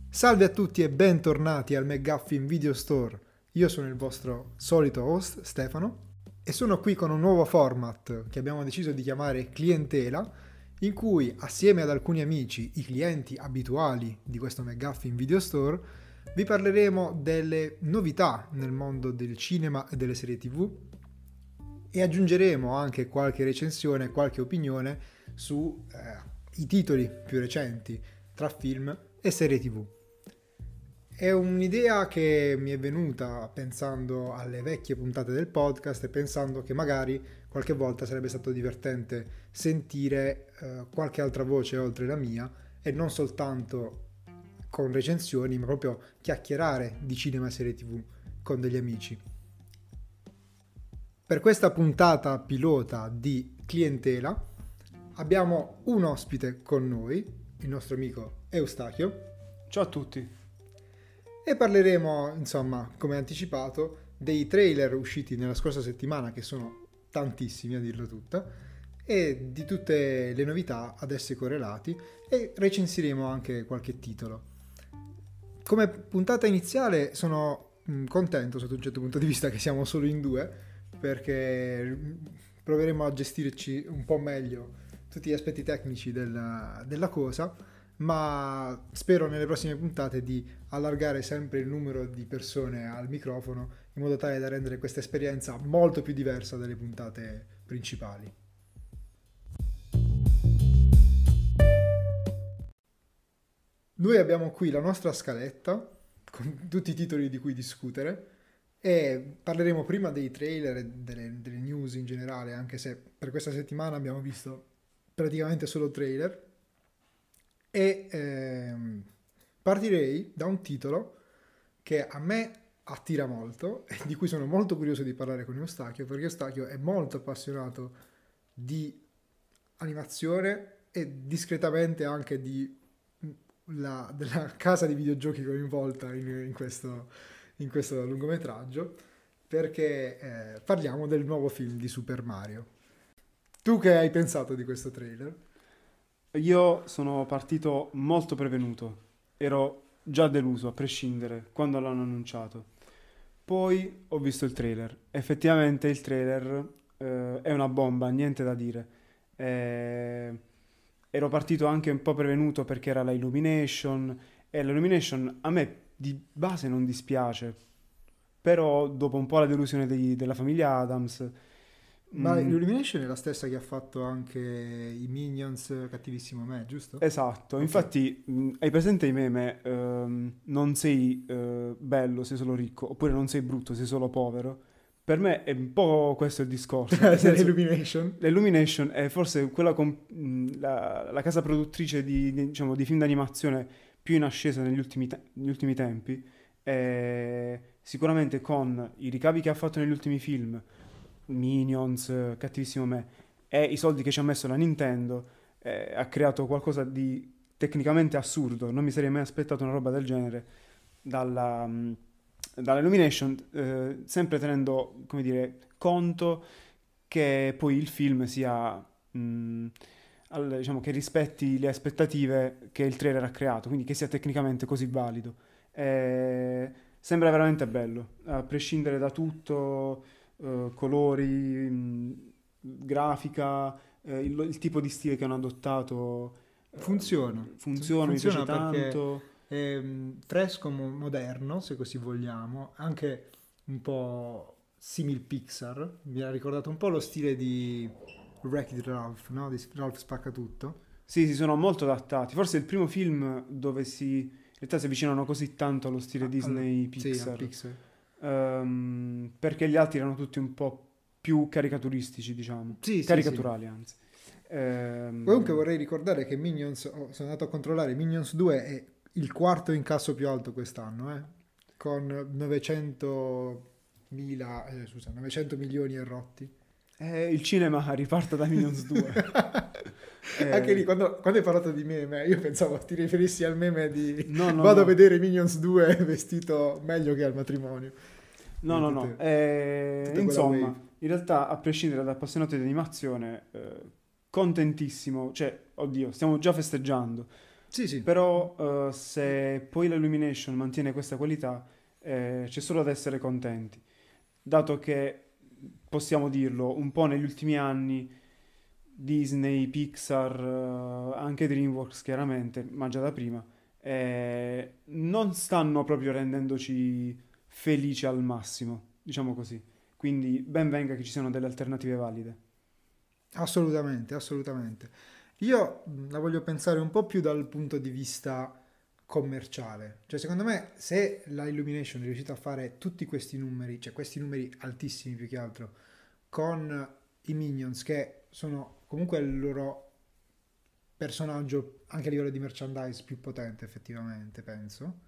Salve a tutti e bentornati al McGuffin Video Store. Io sono il vostro solito host, Stefano, e sono qui con un nuovo format che abbiamo deciso di chiamare Clientela, in cui assieme ad alcuni amici, i clienti abituali di questo McGuffin Video Store, vi parleremo delle novità nel mondo del cinema e delle serie TV e aggiungeremo anche qualche recensione, qualche opinione su i titoli più recenti tra film e serie TV. È un'idea che mi è venuta pensando alle vecchie puntate del podcast e pensando che magari qualche volta sarebbe stato divertente sentire qualche altra voce oltre la mia e non soltanto con recensioni, ma proprio chiacchierare di cinema e serie TV con degli amici. Per questa puntata pilota di Clientela abbiamo un ospite con noi, il nostro amico Eustachio. Ciao a tutti. E parleremo, insomma, come anticipato, dei trailer usciti nella scorsa settimana, che sono tantissimi a dirlo tutta, e di tutte le novità ad essi correlati, e recensiremo anche qualche titolo. Come puntata iniziale sono contento sotto un certo punto di vista che siamo solo in due, perché proveremo a gestirci un po' meglio tutti gli aspetti tecnici della cosa, ma spero nelle prossime puntate di allargare sempre il numero di persone al microfono in modo tale da rendere questa esperienza molto più diversa dalle puntate principali. Noi abbiamo qui la nostra scaletta con tutti i titoli di cui discutere e parleremo prima dei trailer e delle news in generale, anche se per questa settimana abbiamo visto praticamente solo trailer. E partirei da un titolo che a me attira molto e di cui sono molto curioso di parlare con Eustachio, perché Eustachio è molto appassionato di animazione e discretamente anche della casa di videogiochi coinvolta in questo lungometraggio, perché parliamo del nuovo film di Super Mario. Tu che hai pensato di questo trailer? Io sono partito molto prevenuto, ero già deluso a prescindere quando l'hanno annunciato. Poi ho visto il trailer. Effettivamente il trailer è una bomba, niente da dire. Ero partito anche un po' prevenuto perché era la Illumination e l'Illumination a me di base non dispiace, però dopo un po' la delusione della famiglia Adams. Ma Illumination è la stessa che ha fatto anche i Minions Cattivissimo Me, giusto? Esatto, Ok. infatti hai presente i meme, non sei bello, sei solo ricco, oppure non sei brutto, sei solo povero. Per me è un po' questo il discorso, nel senso, Illumination. l'Illumination è forse quella la casa produttrice diciamo, di film d'animazione più in ascesa negli ultimi tempi, e sicuramente con i ricavi che ha fatto negli ultimi film, Minions, Cattivissimo Me, e i soldi che ci ha messo la Nintendo, ha creato qualcosa di tecnicamente assurdo. Non mi sarei mai aspettato una roba del genere dalla Illumination, sempre tenendo, come dire, conto che poi il film sia, diciamo, che rispetti le aspettative che il trailer ha creato, quindi che sia tecnicamente così valido. Sembra veramente bello, a prescindere da tutto, colori, grafica, il tipo di stile che hanno adottato, Funziona. funziona, mi piace Funziona perché tanto. è fresco, moderno, se così vogliamo, anche un po' simil Pixar. Mi ha ricordato un po' lo stile di Wreck-It Ralph, no? Di Ralph Spaccatutto. Sì, si sono molto adattati. Forse è il primo film dove in realtà si avvicinano così tanto allo stile Disney Sì, al Pixar. Pixar. Perché gli altri erano tutti un po' più caricaturistici, diciamo. Sì, sì, sì. Caricaturali, anzi. Comunque vorrei ricordare che Minions, sono andato a controllare, Minions 2 è il quarto incasso più alto quest'anno, con 900 milioni e rotti. il cinema riparta da Minions 2. Anche lì, Eh, quando hai parlato di meme, io pensavo ti riferissi al meme di no, no, vado a no. vedere Minions 2 vestito meglio che al matrimonio. No, no, no. Tutta quella Insomma, wave. in realtà, a prescindere da appassionato di animazione, contentissimo. Cioè, oddio, stiamo già festeggiando. Sì, sì, Però se poi l'Illumination mantiene questa qualità, c'è solo ad essere contenti, dato che possiamo dirlo, un po' negli ultimi anni Disney, Pixar, anche DreamWorks chiaramente, ma già da prima, non stanno proprio rendendoci felici al massimo, diciamo così. Quindi ben venga che ci siano delle alternative valide. assolutamente, assolutamente. Io la voglio pensare un po' più dal punto di vista commerciale. Cioè, secondo me, se la Illumination è riuscita a fare tutti questi numeri, cioè questi numeri altissimi più che altro, con i Minions, che sono comunque il loro personaggio anche a livello di merchandise più potente effettivamente, penso.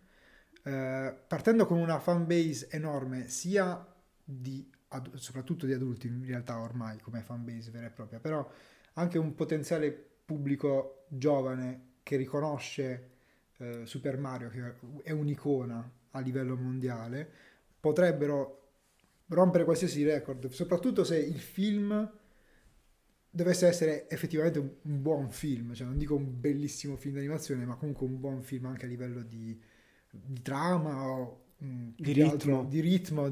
Partendo con una fan base enorme, sia soprattutto di adulti in realtà ormai come fan base vera e propria, però anche un potenziale pubblico giovane che riconosce Super Mario, che è un'icona a livello mondiale, potrebbero rompere qualsiasi record, soprattutto se il film dovesse essere effettivamente un buon film, cioè non dico un bellissimo film d'animazione, ma comunque un buon film anche a livello di trama o più Di che altro ritmo. di ritmo,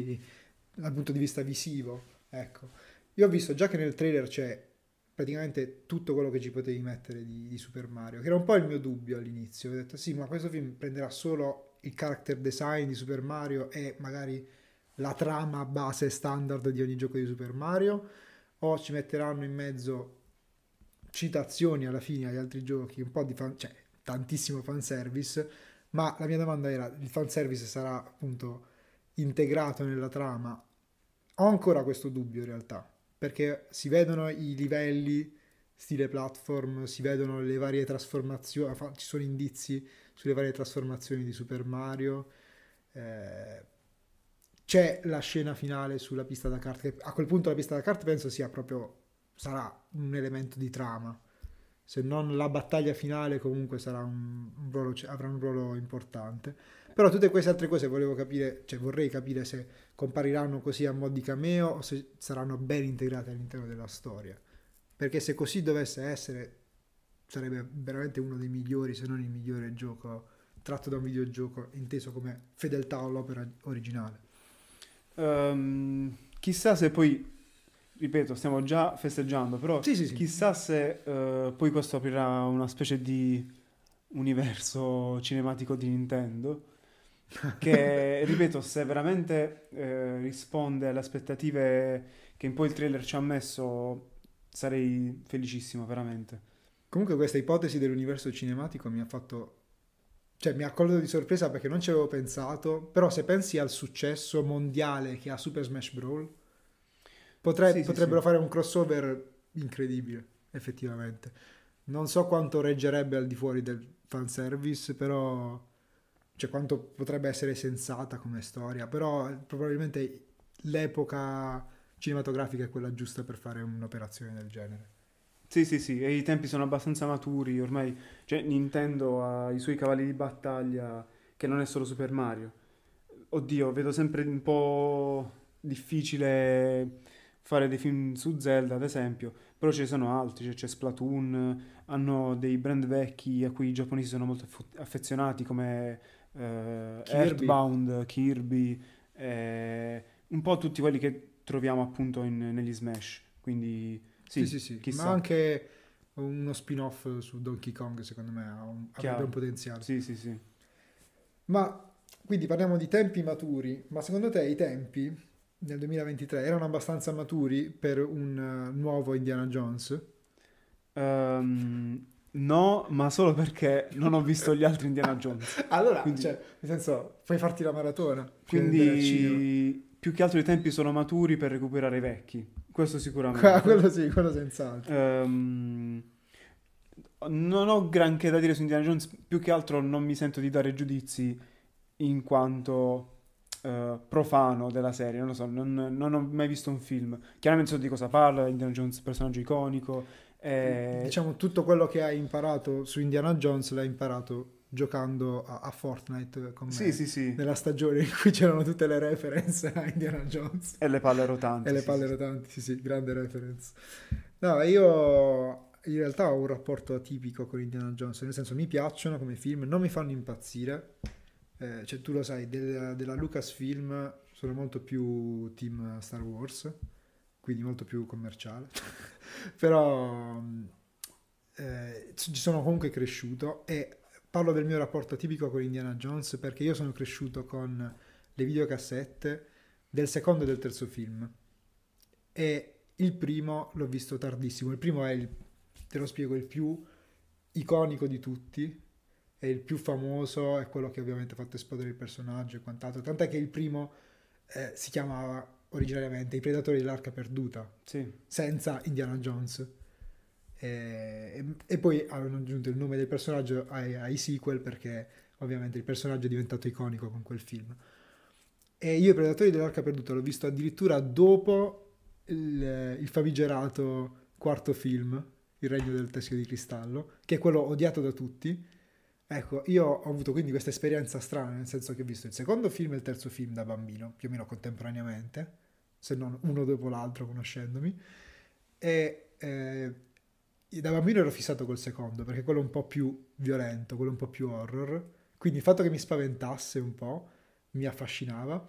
dal punto di vista visivo. Ecco, io ho visto già che nel trailer c'è praticamente tutto quello che ci potevi mettere di Super Mario, che era un po' il mio dubbio all'inizio. Ho detto sì, ma questo film prenderà solo il character design di Super Mario e magari la trama base standard di ogni gioco di Super Mario, o ci metteranno in mezzo citazioni alla fine agli altri giochi, un po' di cioè tantissimo fanservice, ma la mia domanda era, il fanservice sarà appunto integrato nella trama? Ho ancora questo dubbio in realtà, perché si vedono i livelli stile platform, si vedono le varie trasformazioni, ci sono indizi sulle varie trasformazioni di Super Mario, eh, c'è la scena finale sulla pista da kart, che a quel punto la pista da kart penso sia proprio, sarà un elemento di trama, se non la battaglia finale comunque sarà un ruolo, avrà un ruolo importante. Però tutte queste altre cose volevo capire, cioè vorrei capire se compariranno così a mo' di cameo o se saranno ben integrate all'interno della storia. Perché se così dovesse essere, sarebbe veramente uno dei migliori, se non il migliore gioco tratto da un videogioco inteso come fedeltà all'opera originale. Chissà se poi, ripeto, stiamo già festeggiando, però Sì, sì, sì. chissà se poi questo aprirà una specie di universo cinematico di Nintendo, che, ripeto, se veramente risponde alle aspettative che un po' il trailer ci ha messo, sarei felicissimo, veramente. Comunque questa ipotesi dell'universo cinematico mi ha fatto, cioè mi ha colto di sorpresa perché non ci avevo pensato, però se pensi al successo mondiale che ha Super Smash Bros., Sì, sì, sì. potrebbero fare un crossover incredibile, effettivamente. Non so quanto reggerebbe al di fuori del fanservice, però, cioè quanto potrebbe essere sensata come storia, però probabilmente l'epoca cinematografica è quella giusta per fare un'operazione del genere. Sì, sì, sì, e i tempi sono abbastanza maturi, ormai, cioè Nintendo ha i suoi cavalli di battaglia che non è solo Super Mario. Oddio, vedo sempre un po' difficile fare dei film su Zelda, ad esempio, però ce ne sono altri, c'è Splatoon, hanno dei brand vecchi a cui i giapponesi sono molto affezionati come Kirby, Earthbound, Kirby, un po' tutti quelli che troviamo appunto negli Smash, quindi sì, sì, sì, sì, ma chissà, anche uno spin-off su Donkey Kong, secondo me, avrebbe un chiaro, potenziale. sì, sì, sì. Ma quindi parliamo di tempi maturi, ma secondo te i tempi nel 2023 erano abbastanza maturi per un nuovo Indiana Jones? No, ma solo perché non ho visto gli altri Indiana Jones. Allora, Quindi, cioè, nel senso, puoi farti la maratona prima di andare al cinema. quindi più che altro i tempi sono maturi per recuperare i vecchi. Questo sicuramente. Quello sì, quello senz'altro. Ehm, Non ho granché da dire su Indiana Jones, più che altro non mi sento di dare giudizi in quanto profano della serie, non lo so, non ho mai visto un film. Chiaramente so di cosa parla, Indiana Jones, personaggio iconico. Diciamo, tutto quello che hai imparato su Indiana Jones l'hai imparato giocando a Fortnite con Sì, me, sì, sì, nella stagione in cui c'erano tutte le reference a Indiana Jones e le palle e rotanti, le sì, sì, palle sì. rotanti, sì, sì, grande reference. No, io in realtà ho un rapporto atipico con Indiana Jones, nel senso mi piacciono come film, non mi fanno impazzire. Cioè tu lo sai, della Lucasfilm sono molto più team Star Wars, quindi molto più commerciale. Però ci sono comunque cresciuto e parlo del mio rapporto atipico con Indiana Jones perché io sono cresciuto con le videocassette del secondo e del terzo film e il primo l'ho visto tardissimo. Il primo è te lo spiego, il più iconico di tutti, è il più famoso, è quello che ovviamente ha fatto esplodere il personaggio e quant'altro. Tant'è che il primo si chiamava originariamente I Predatori dell'Arca Perduta, Sì. senza Indiana Jones. E poi hanno aggiunto il nome del personaggio ai sequel perché ovviamente il personaggio è diventato iconico con quel film. E io i Predatori dell'Arca Perduta l'ho visto addirittura dopo il famigerato quarto film, Il Regno del Teschio di Cristallo, che è quello odiato da tutti. Ecco, io ho avuto quindi questa esperienza strana, nel senso che ho visto il secondo film e il terzo film da bambino, più o meno contemporaneamente, se non uno dopo l'altro conoscendomi. E da bambino ero fissato col secondo, perché quello è un po' più violento, quello un po' più horror. Quindi il fatto che mi spaventasse un po' mi affascinava.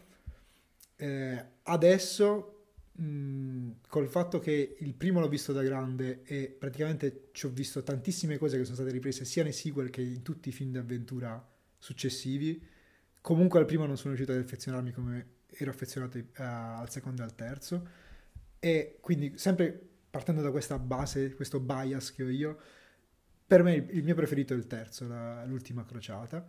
Adesso, col fatto che il primo l'ho visto da grande e praticamente ci ho visto tantissime cose che sono state riprese sia nei sequel che in tutti i film di avventura successivi, comunque al primo non sono riuscito ad affezionarmi come ero affezionato al secondo e al terzo. E quindi sempre partendo da questa base, questo bias che ho io, per me il mio preferito è il terzo, l'ultima crociata.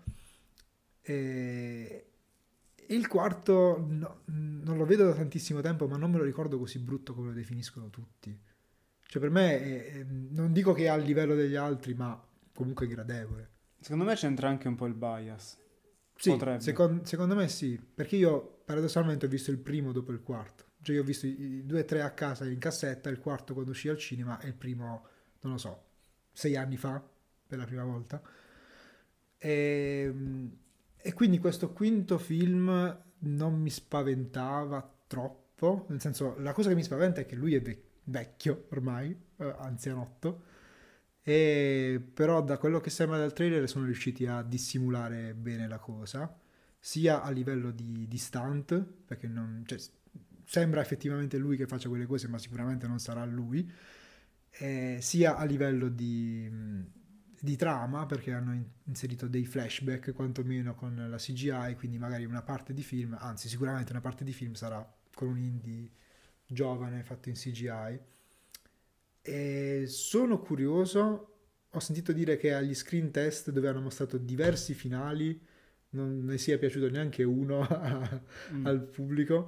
E il quarto non lo vedo da tantissimo tempo, ma non me lo ricordo così brutto come lo definiscono tutti. Cioè per me, non dico che è al livello degli altri, ma comunque gradevole. Secondo me c'entra anche un po' il bias. Sì, Potrebbe. secondo me sì, perché io paradossalmente ho visto il primo dopo il quarto. Cioè io ho visto i due o tre a casa in cassetta, il quarto quando uscì al cinema e il primo, non lo so, 6 anni fa, per la prima volta. E, e quindi questo quinto film non mi spaventava troppo, nel senso la cosa che mi spaventa è che lui è vecchio ormai, anzianotto, e però da quello che sembra dal trailer sono riusciti a dissimulare bene la cosa, sia a livello di stunt, perché cioè, sembra effettivamente lui che faccia quelle cose, ma sicuramente non sarà lui, sia a livello di trama, perché hanno inserito dei flashback quantomeno con la CGI, quindi magari una parte di film, anzi sicuramente una parte di film sarà con un indie giovane fatto in CGI. E sono curioso, ho sentito dire che agli screen test dove hanno mostrato diversi finali non ne sia piaciuto neanche uno Mm. al pubblico.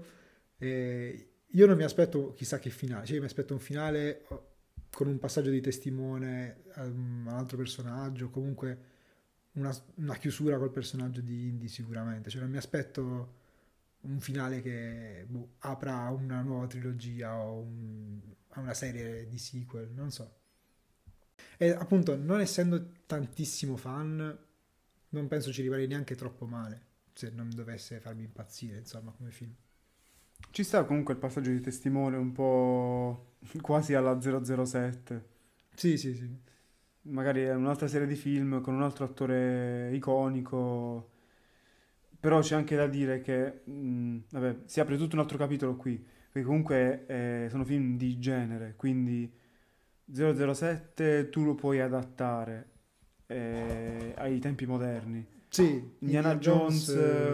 Io non mi aspetto chissà che finale, cioè io mi aspetto un finale con un passaggio di testimone a un altro personaggio, comunque una chiusura col personaggio di Indy sicuramente, cioè non mi aspetto un finale che apra a una nuova trilogia o a una serie di sequel, non so. E appunto, non essendo tantissimo fan, non penso ci rimarrei neanche troppo male se non dovesse farmi impazzire, insomma, come film. Ci sta comunque il passaggio di testimone un po' quasi alla 007. Sì, sì, sì. Magari è un'altra serie di film con un altro attore iconico. Però c'è anche da dire che, vabbè, si apre tutto un altro capitolo qui, perché comunque sono film di genere, quindi 007 tu lo puoi adattare ai tempi moderni. Sì, Indiana Indiana Jones. Jones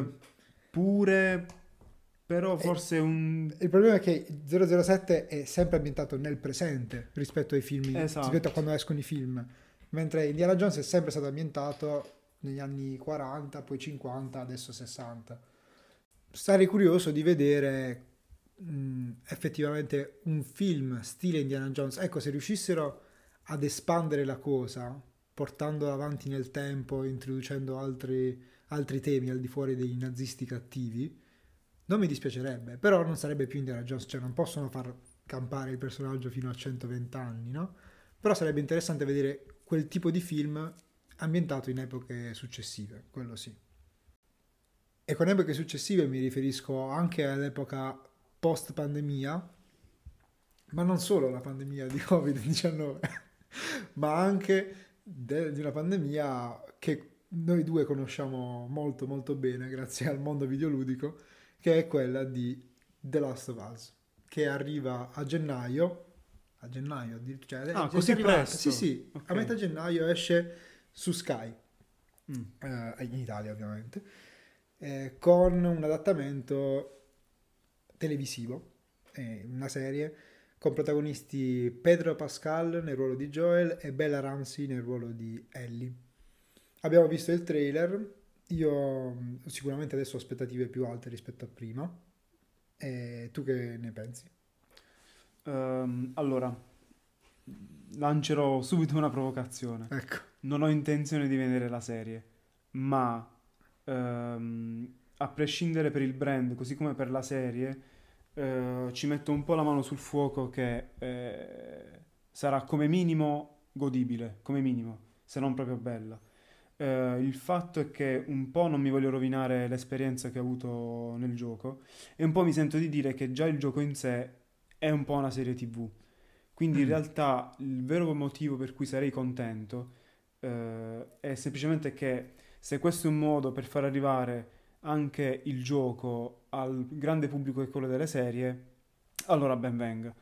pure, però E- forse un... il problema è che 007 è sempre ambientato nel presente rispetto ai film, rispetto a Esatto. quando escono i film, mentre Indiana Jones è sempre stato ambientato negli anni 40, poi 50, adesso 60. Sarei curioso di vedere effettivamente un film stile Indiana Jones. Ecco, se riuscissero ad espandere la cosa, portando avanti nel tempo, introducendo altri temi al di fuori dei nazisti cattivi, non mi dispiacerebbe, però non sarebbe più Indiana Jones, cioè non possono far campare il personaggio fino a 120 anni, no? Però sarebbe interessante vedere quel tipo di film ambientato in epoche successive, quello sì. E con epoche successive mi riferisco anche all'epoca post pandemia, ma non solo la pandemia di Covid-19. ma anche di una pandemia che noi due conosciamo molto molto bene grazie al mondo videoludico, che è quella di The Last of Us, che arriva a gennaio, cioè Ah, è già così arrivata, sì presto? sì, a Ok. metà gennaio esce su Sky, Mm. in Italia ovviamente, con un adattamento televisivo, una serie con protagonisti Pedro Pascal nel ruolo di Joel e Bella Ramsey nel ruolo di Ellie. Abbiamo visto il trailer, io sicuramente adesso ho aspettative più alte rispetto a prima, e tu che ne pensi? Allora, lancerò subito una provocazione. Ecco. Non ho intenzione di vedere la serie, ma a prescindere per il brand, così come per la serie, ci metto un po' la mano sul fuoco che sarà come minimo godibile, come minimo, se non proprio bella. Il fatto è che un po' non mi voglio rovinare l'esperienza che ho avuto nel gioco e un po' mi sento di dire che già il gioco in sé è un po' una serie TV. Quindi in Mm, realtà il vero motivo per cui sarei contento è semplicemente che se questo è un modo per far arrivare anche il gioco al grande pubblico che è quello delle serie, allora ben venga.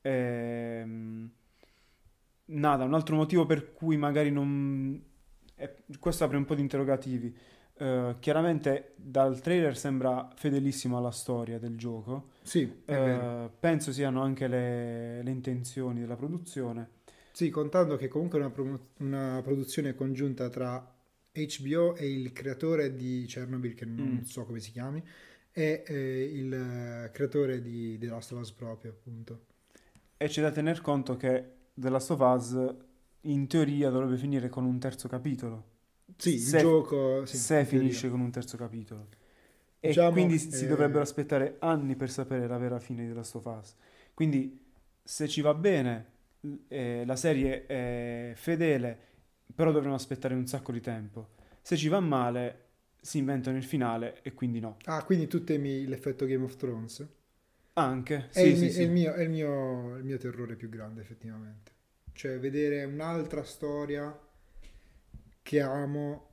Ehm, Nada, un altro motivo per cui magari non... questo apre un po' di interrogativi. Chiaramente dal trailer sembra fedelissimo alla storia del gioco. sì, è vero. Penso siano anche le intenzioni della produzione. Sì, contando che comunque è una produzione congiunta tra HBO e il creatore di Chernobyl, che non Mm. so come si chiami, e il creatore di The Last of Us proprio, appunto. E c'è da tener conto che The Last of Us in teoria dovrebbe finire con un terzo capitolo. Sì, il Se, gioco, sì, se in teoria. finisce con un terzo capitolo. E Diciamo, quindi si dovrebbero aspettare anni per sapere la vera fine di The Last of Us. Quindi se ci va bene, la serie è fedele, però dovremo aspettare un sacco di tempo. Se ci va male, si inventano il finale e quindi no. ah, quindi tu temi l'effetto Game of Thrones? Anche, È sì, sì, sì. il mio terrore più grande, effettivamente. Cioè, vedere un'altra storia che amo,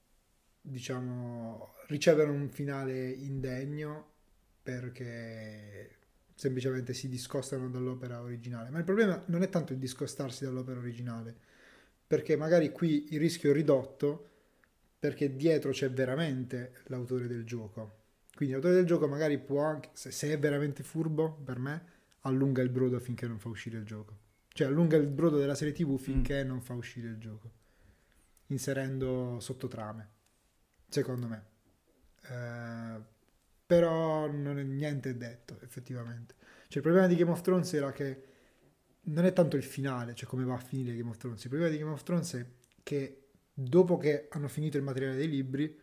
diciamo, ricevere un finale indegno perché semplicemente si discostano dall'opera originale. Ma il problema non è tanto il discostarsi dall'opera originale, perché magari qui il rischio è ridotto perché dietro c'è veramente l'autore del gioco. Quindi l'autore del gioco magari può anche, se è veramente furbo, per me, allunga il brodo finché non fa uscire il gioco. Cioè allunga il brodo della serie TV Mm. finché non fa uscire il gioco, inserendo sottotrame, secondo me. Eh, però non è niente detto, effettivamente. Cioè il problema di Game of Thrones era che non è tanto il finale, cioè come va a finire Game of Thrones. Il problema di Game of Thrones è che dopo che hanno finito il materiale dei libri,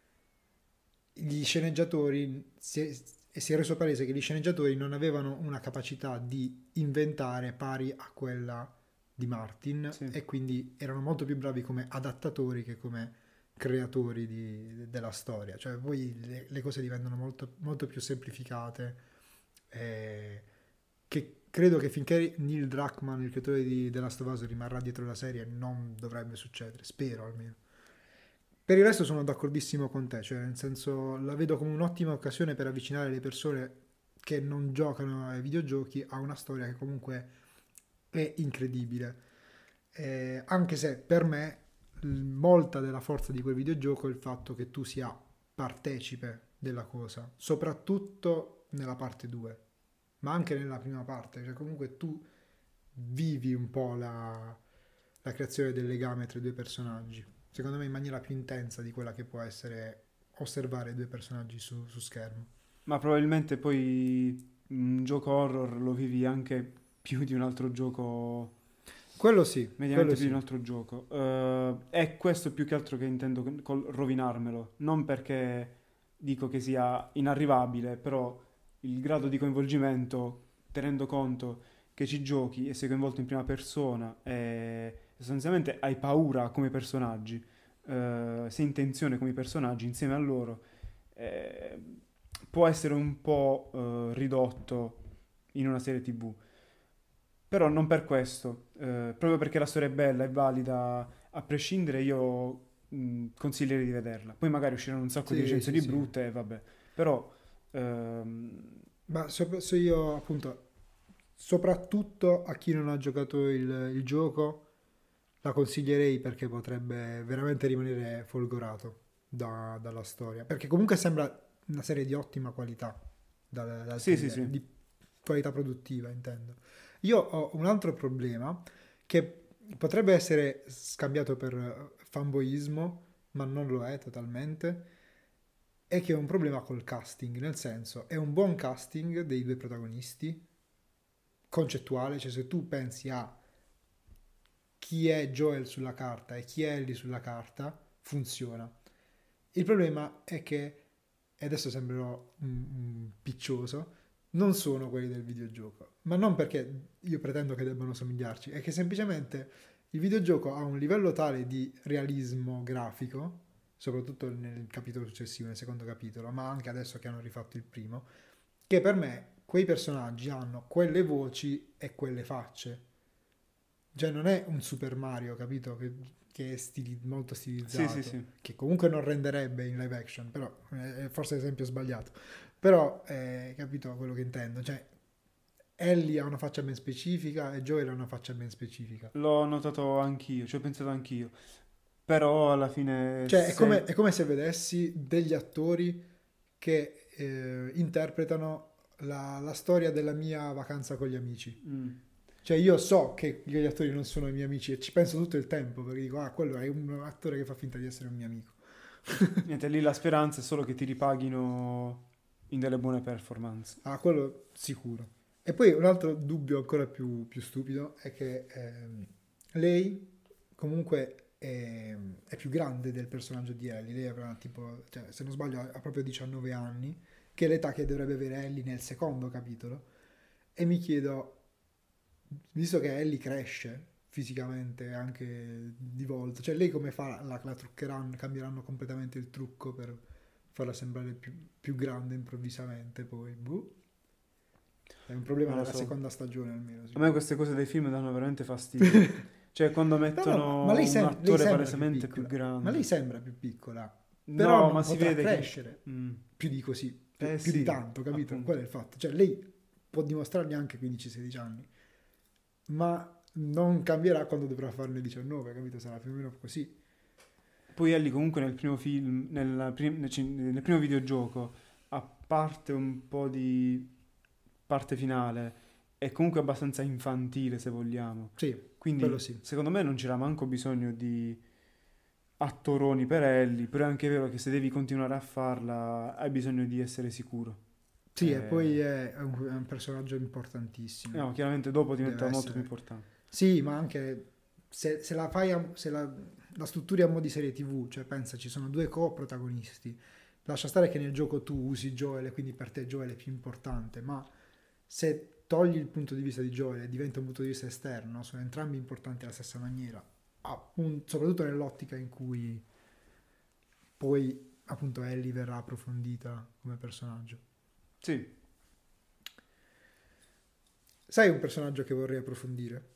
gli sceneggiatori si è reso palese che gli sceneggiatori non avevano una capacità di inventare pari a quella di Martin Sì. e quindi erano molto più bravi come adattatori che come creatori della storia. Cioè poi le cose diventano molto, molto più semplificate, eh, che credo che finché Neil Druckmann, il creatore di The Last of Us, rimarrà dietro la serie non dovrebbe succedere, spero almeno. Per il resto sono d'accordissimo con te, cioè nel senso la vedo come un'ottima occasione per avvicinare le persone che non giocano ai videogiochi a una storia che comunque è incredibile. Anche se per me molta della forza di quel videogioco è il fatto che tu sia partecipe della cosa, soprattutto nella parte 2, ma anche nella prima parte, cioè comunque tu vivi un po' la creazione del legame tra i due personaggi, secondo me in maniera più intensa di quella che può essere osservare i due personaggi su schermo. Ma probabilmente poi un gioco horror lo vivi anche più di un altro gioco, Quello mediamente più di un sì. altro gioco. È questo più che altro che intendo col rovinarmelo. Non perché dico che sia inarrivabile, però il grado di coinvolgimento, tenendo conto che ci giochi e sei coinvolto in prima persona e sostanzialmente hai paura come personaggi, sei in tensione come i personaggi insieme a loro, eh, può essere un po' ridotto in una serie TV. Però non per questo, proprio perché la storia è bella e valida, a prescindere io consiglierei di vederla. Poi magari usciranno un sacco di Sì, sì, recensioni sì. brutte e vabbè, però ehm, Ma se io appunto, soprattutto a chi non ha giocato il gioco, la consiglierei perché potrebbe veramente rimanere folgorato dalla storia. Perché comunque sembra una serie di ottima qualità, da sì, altre sì, idee, sì. di qualità produttiva intendo. Io ho un altro problema che potrebbe essere scambiato per fanboismo, ma non lo è totalmente, è che ho un problema col casting, nel senso è un buon casting dei due protagonisti, concettuale, cioè se tu pensi a chi è Joel sulla carta e chi è Ellie sulla carta, funziona. Il problema è che, e adesso sembrerò un piccioso, non sono quelli del videogioco, ma non perché io pretendo che debbano somigliarci, è che semplicemente il videogioco ha un livello tale di realismo grafico, soprattutto nel capitolo successivo, nel secondo capitolo, ma anche adesso che hanno rifatto il primo, che per me quei personaggi hanno quelle voci e quelle facce. Cioè non è un Super Mario, capito? Che è molto Sì, sì, stilizzato, sì. che comunque non renderebbe in live action, però è forse l'esempio sbagliato. Però, capito quello che intendo? Cioè, Ellie ha una faccia ben specifica e Joel ha una faccia ben specifica. L'ho notato anch'io, ci ho pensato anch'io. Però alla fine Cioè, se... è come se vedessi degli attori che interpretano la storia della mia vacanza con gli amici. mm, Cioè io so che gli attori non sono i miei amici e ci penso tutto il tempo perché dico, ah, quello è un attore che fa finta di essere un mio amico. niente, lì la speranza è solo che ti ripaghino in delle buone performance. Ah, quello sicuro. E poi un altro dubbio ancora più stupido è che lei comunque è più grande del personaggio di Ellie. Lei avrà tipo, cioè, se non sbaglio, ha proprio 19 anni, che è l'età che dovrebbe avere Ellie nel secondo capitolo. E mi chiedo, visto che Ellie cresce fisicamente anche di volta, cioè lei come fa? La truccheranno, cambieranno completamente il trucco per farla sembrare più grande improvvisamente, poi boh. È un problema Non lo nella so. seconda stagione almeno, A me sicuro. queste cose dei film danno veramente fastidio. Cioè, quando No, no, ma mettono un lei attore sembra più palesemente più piccola. Ma lei grande. sembra più piccola, però No, ma non si potrà vede che... crescere Mm. più di così, Eh più di sì, tanto, capito? Quello appunto. è il fatto. Cioè lei può dimostrargli anche 15-16 anni, ma non cambierà quando dovrà farne 19, capito? Sarà più o meno così. Poi Ellie comunque nel primo film, nel primo videogioco, a parte un po' di parte finale, è comunque abbastanza infantile se vogliamo. Sì, quello Quindi sì. secondo me non c'era manco bisogno di attoroni per Ellie, però è anche vero che se devi continuare a farla hai bisogno di essere sicuro. Sì, e poi è un personaggio importantissimo. No, chiaramente dopo Deve diventa molto più essere. importante. Sì, ma anche se la fai, se la strutturi a mo' di serie TV, cioè pensa, ci sono due co-protagonisti. Lascia stare che nel gioco tu usi Joel e quindi per te Joel è più importante, ma se togli il punto di vista di Joel e diventa un punto di vista esterno, sono entrambi importanti alla stessa maniera, soprattutto nell'ottica in cui poi appunto Ellie verrà approfondita come personaggio. Sì, Sai un personaggio che vorrei approfondire?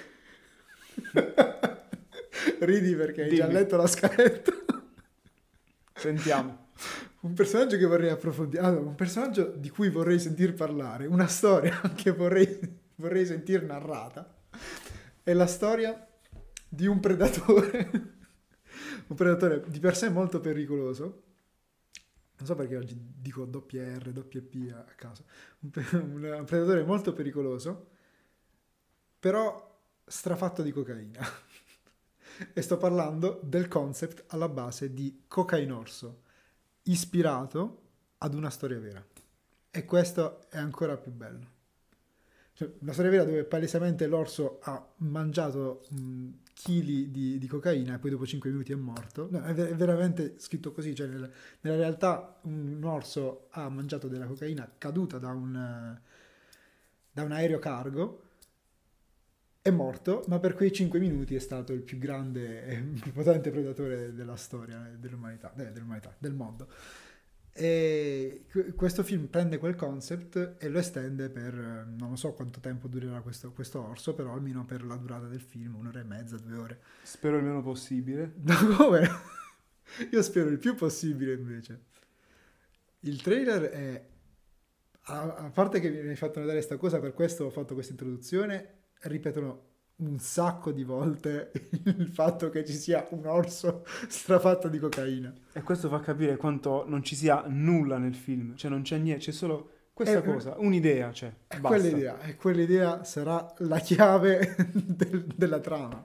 Ridi perché hai già dimmi, letto la scaletta. sentiamo. Un personaggio che vorrei approfondire, allora, un personaggio di cui vorrei sentir parlare, una storia che vorrei sentir narrata, è la storia di un predatore, un predatore di per sé molto pericoloso. Non so perché oggi dico doppia R, doppia P a caso. Un predatore molto pericoloso, però strafatto di cocaina. E sto parlando del concept alla base di Cocainorso, ispirato ad una storia vera. E questo è ancora più bello. Cioè, una storia vera dove palesemente l'orso ha mangiato chili di cocaina e poi dopo 5 minuti è morto. No, è veramente scritto così. Cioè, nella realtà un orso ha mangiato della cocaina caduta da un aereo cargo, è morto, ma per quei 5 minuti è stato il più grande e più potente predatore della storia dell'umanità, del mondo. E questo film prende quel concept e lo estende per non lo so quanto tempo durerà questo orso, però almeno per la durata del film, 1 ora e mezza, 2 ore. Spero il meno possibile. No, come? Io spero il più possibile invece. Il trailer è, a parte che mi hai fatto notare questa cosa, per questo ho fatto questa introduzione, ripetono un sacco di volte il fatto che ci sia un orso strafatto di cocaina. E questo fa capire quanto non ci sia nulla nel film, cioè non c'è niente, c'è solo questa cosa, un'idea, cioè, basta. E quell'idea sarà la chiave della trama.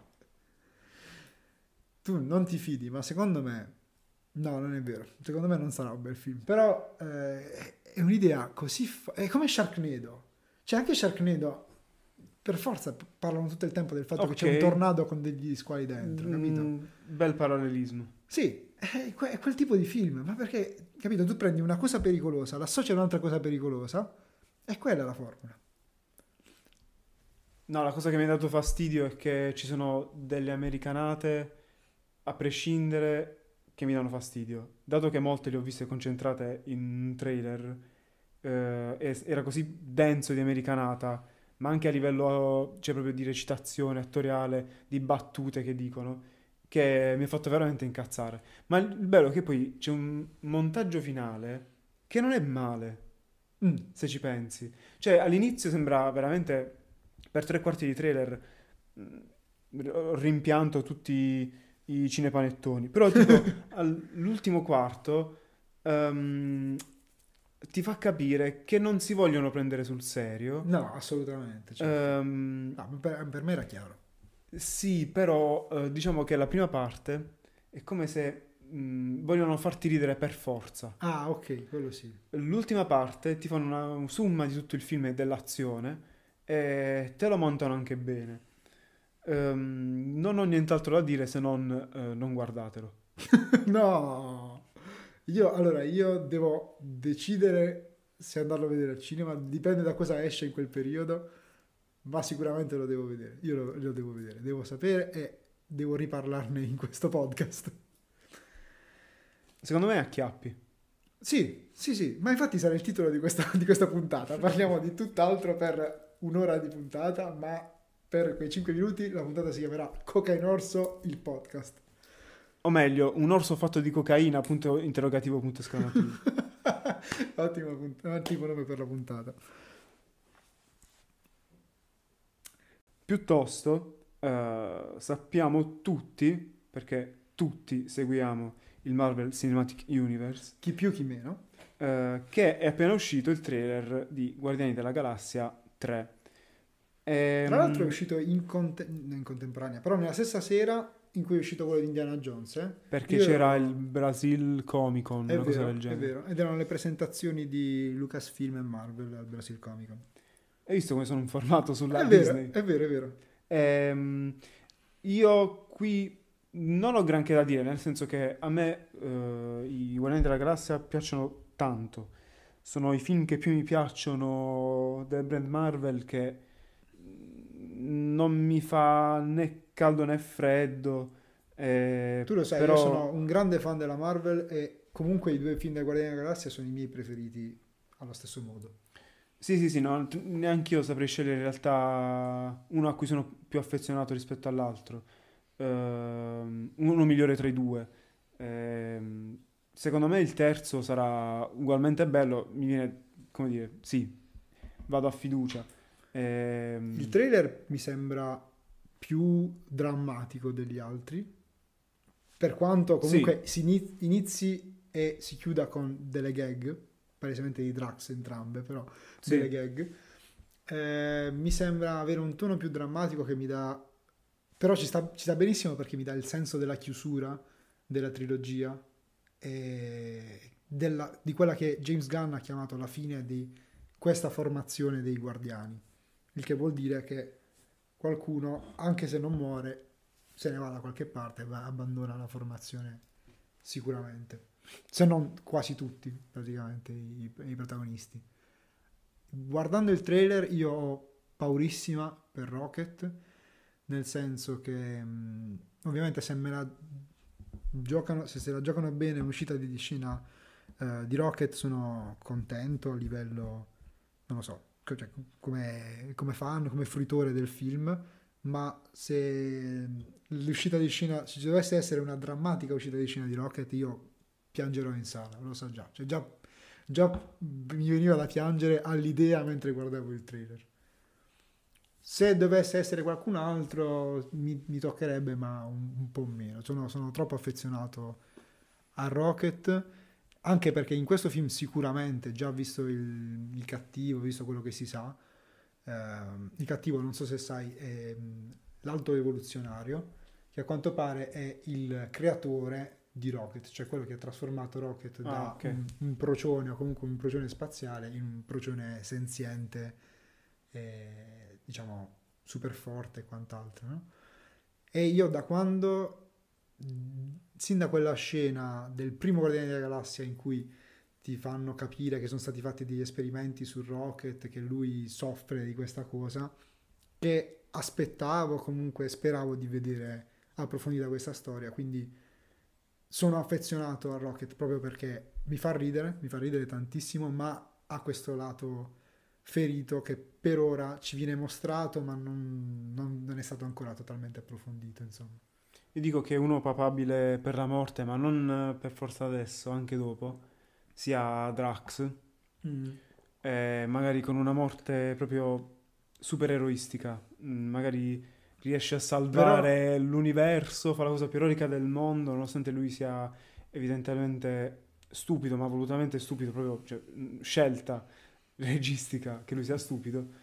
Tu non ti fidi, ma secondo me, no, non è vero. Secondo me non sarà un bel film. Però è un'idea così. È come Sharknado. Cioè, anche Sharknado, per forza, parlano tutto il tempo del fatto che c'è un Ok. tornado con degli squali dentro, capito? Bel parallelismo. Sì, è quel tipo di film. Ma perché, capito? Tu prendi una cosa pericolosa, l'associ a un'altra cosa pericolosa, e quella è la formula. No, la cosa che mi ha dato fastidio è che ci sono delle americanate, a prescindere, che mi danno fastidio. Dato che molte le ho viste concentrate in un trailer, era così denso di americanata, ma anche a livello, cioè proprio di recitazione attoriale, di battute che dicono, che mi ha fatto veramente incazzare. Ma il bello è che poi c'è un montaggio finale che non è male, Mm. se ci pensi. Cioè, all'inizio sembra veramente, per 3 quarti di trailer, rimpianto tutti i cinepanettoni. Però, tipo, all'ultimo quarto, ehm, ti fa capire che non si vogliono prendere sul serio. No, assolutamente. Certo. No, per me era chiaro. Sì, però, diciamo che la prima parte è come se vogliono farti ridere per forza. Ah, ok, quello sì. L'ultima parte ti fanno una somma di tutto il film e dell'azione e te lo montano anche bene. Non ho nient'altro da dire se non guardatelo. No, io devo decidere se andarlo a vedere al cinema, dipende da cosa esce in quel periodo, ma sicuramente lo devo vedere. Io lo devo vedere, devo sapere e devo riparlarne in questo podcast. Secondo me è acchiappi. Sì, sì, sì, ma infatti sarà il titolo di questa puntata. Parliamo di tutt'altro per 1 ora di puntata, ma per quei 5 minuti la puntata si chiamerà Coca in Orso, il podcast. O meglio, un orso fatto di cocaina, punto interrogativo, punto esclamativo. Ottimo nome per la puntata. Piuttosto, sappiamo tutti, perché tutti seguiamo il Marvel Cinematic Universe, Chi più, chi meno. che è appena uscito il trailer di Guardiani della Galassia 3. Tra l'altro è Ehm, uscito non in contemporanea, però nella stessa sera in cui è uscito quello di Indiana Jones. perché Io c'era il ero... Brasil Comic Con, una cosa del È genere. vero, ed erano le presentazioni di Lucasfilm e Marvel al Brasil Comic Con. Hai visto come sono informato sulla È vero, Disney? è vero, è vero. Ehm, io qui non ho granché da dire, nel senso che a me i Guardiani della Galassia piacciono tanto. Sono i film che più mi piacciono del brand Marvel che non mi fa né caldo né freddo, Tu lo sai, io però sono un grande fan della Marvel e comunque i 2 film dei Guardiani della Galassia sono i miei preferiti allo stesso modo. sì, sì, sì, no, neanche io saprei scegliere in realtà uno a cui sono più affezionato rispetto all'altro. Uno migliore tra i due. Secondo me il terzo sarà ugualmente bello. Mi viene, come dire, sì, vado a fiducia. Il Ehm, trailer mi sembra più drammatico degli altri, per quanto sì, comunque inizi e si chiuda con delle gag, palesemente di Drax entrambe, però delle sì. gag. Mi sembra avere un tono più drammatico che mi dà... Però ci sta benissimo perché mi dà il senso della chiusura della trilogia e di quella che James Gunn ha chiamato la fine di questa formazione dei Guardiani. Il che vuol dire che qualcuno, anche se non muore, se ne va da qualche parte e abbandona la formazione sicuramente. Se non quasi tutti, praticamente, i protagonisti. Guardando il trailer io ho paurissima per Rocket, nel senso che ovviamente se me la giocano, se la giocano bene è un'uscita di scena Di Rocket sono contento a livello, non lo so, cioè, come fan, come fruitore del film, ma se l'uscita di scena, se ci dovesse essere una drammatica uscita di scena di Rocket, io piangerò in sala, lo so già. Cioè, già mi veniva da piangere all'idea mentre guardavo il trailer. Se dovesse essere qualcun altro mi toccherebbe, ma un po' meno. Sono troppo affezionato a Rocket, anche perché in questo film sicuramente, già visto il cattivo, visto quello che si sa, il cattivo, non so se sai, è l'alto evoluzionario, che a quanto pare è il creatore di Rocket, cioè quello che ha trasformato Rocket Ah, da ok. un procione o comunque un procione spaziale in un procione senziente, diciamo, super forte e quant'altro, no? E io da quando, sin da quella scena del primo Guardiani della Galassia in cui ti fanno capire che sono stati fatti degli esperimenti su Rocket, che lui soffre di questa cosa, che aspettavo, comunque speravo di vedere approfondita questa storia, quindi sono affezionato a Rocket proprio perché mi fa ridere tantissimo, ma ha questo lato ferito che per ora ci viene mostrato, ma non è stato ancora totalmente approfondito, insomma. Io dico che uno papabile per la morte, ma non per forza adesso, anche dopo, sia Drax, Mm, magari con una morte proprio super eroistica. Magari riesce a Però salvare l'universo, fa la cosa più eroica del mondo, nonostante lui sia evidentemente stupido, ma volutamente stupido, proprio cioè, scelta registica che lui sia stupido.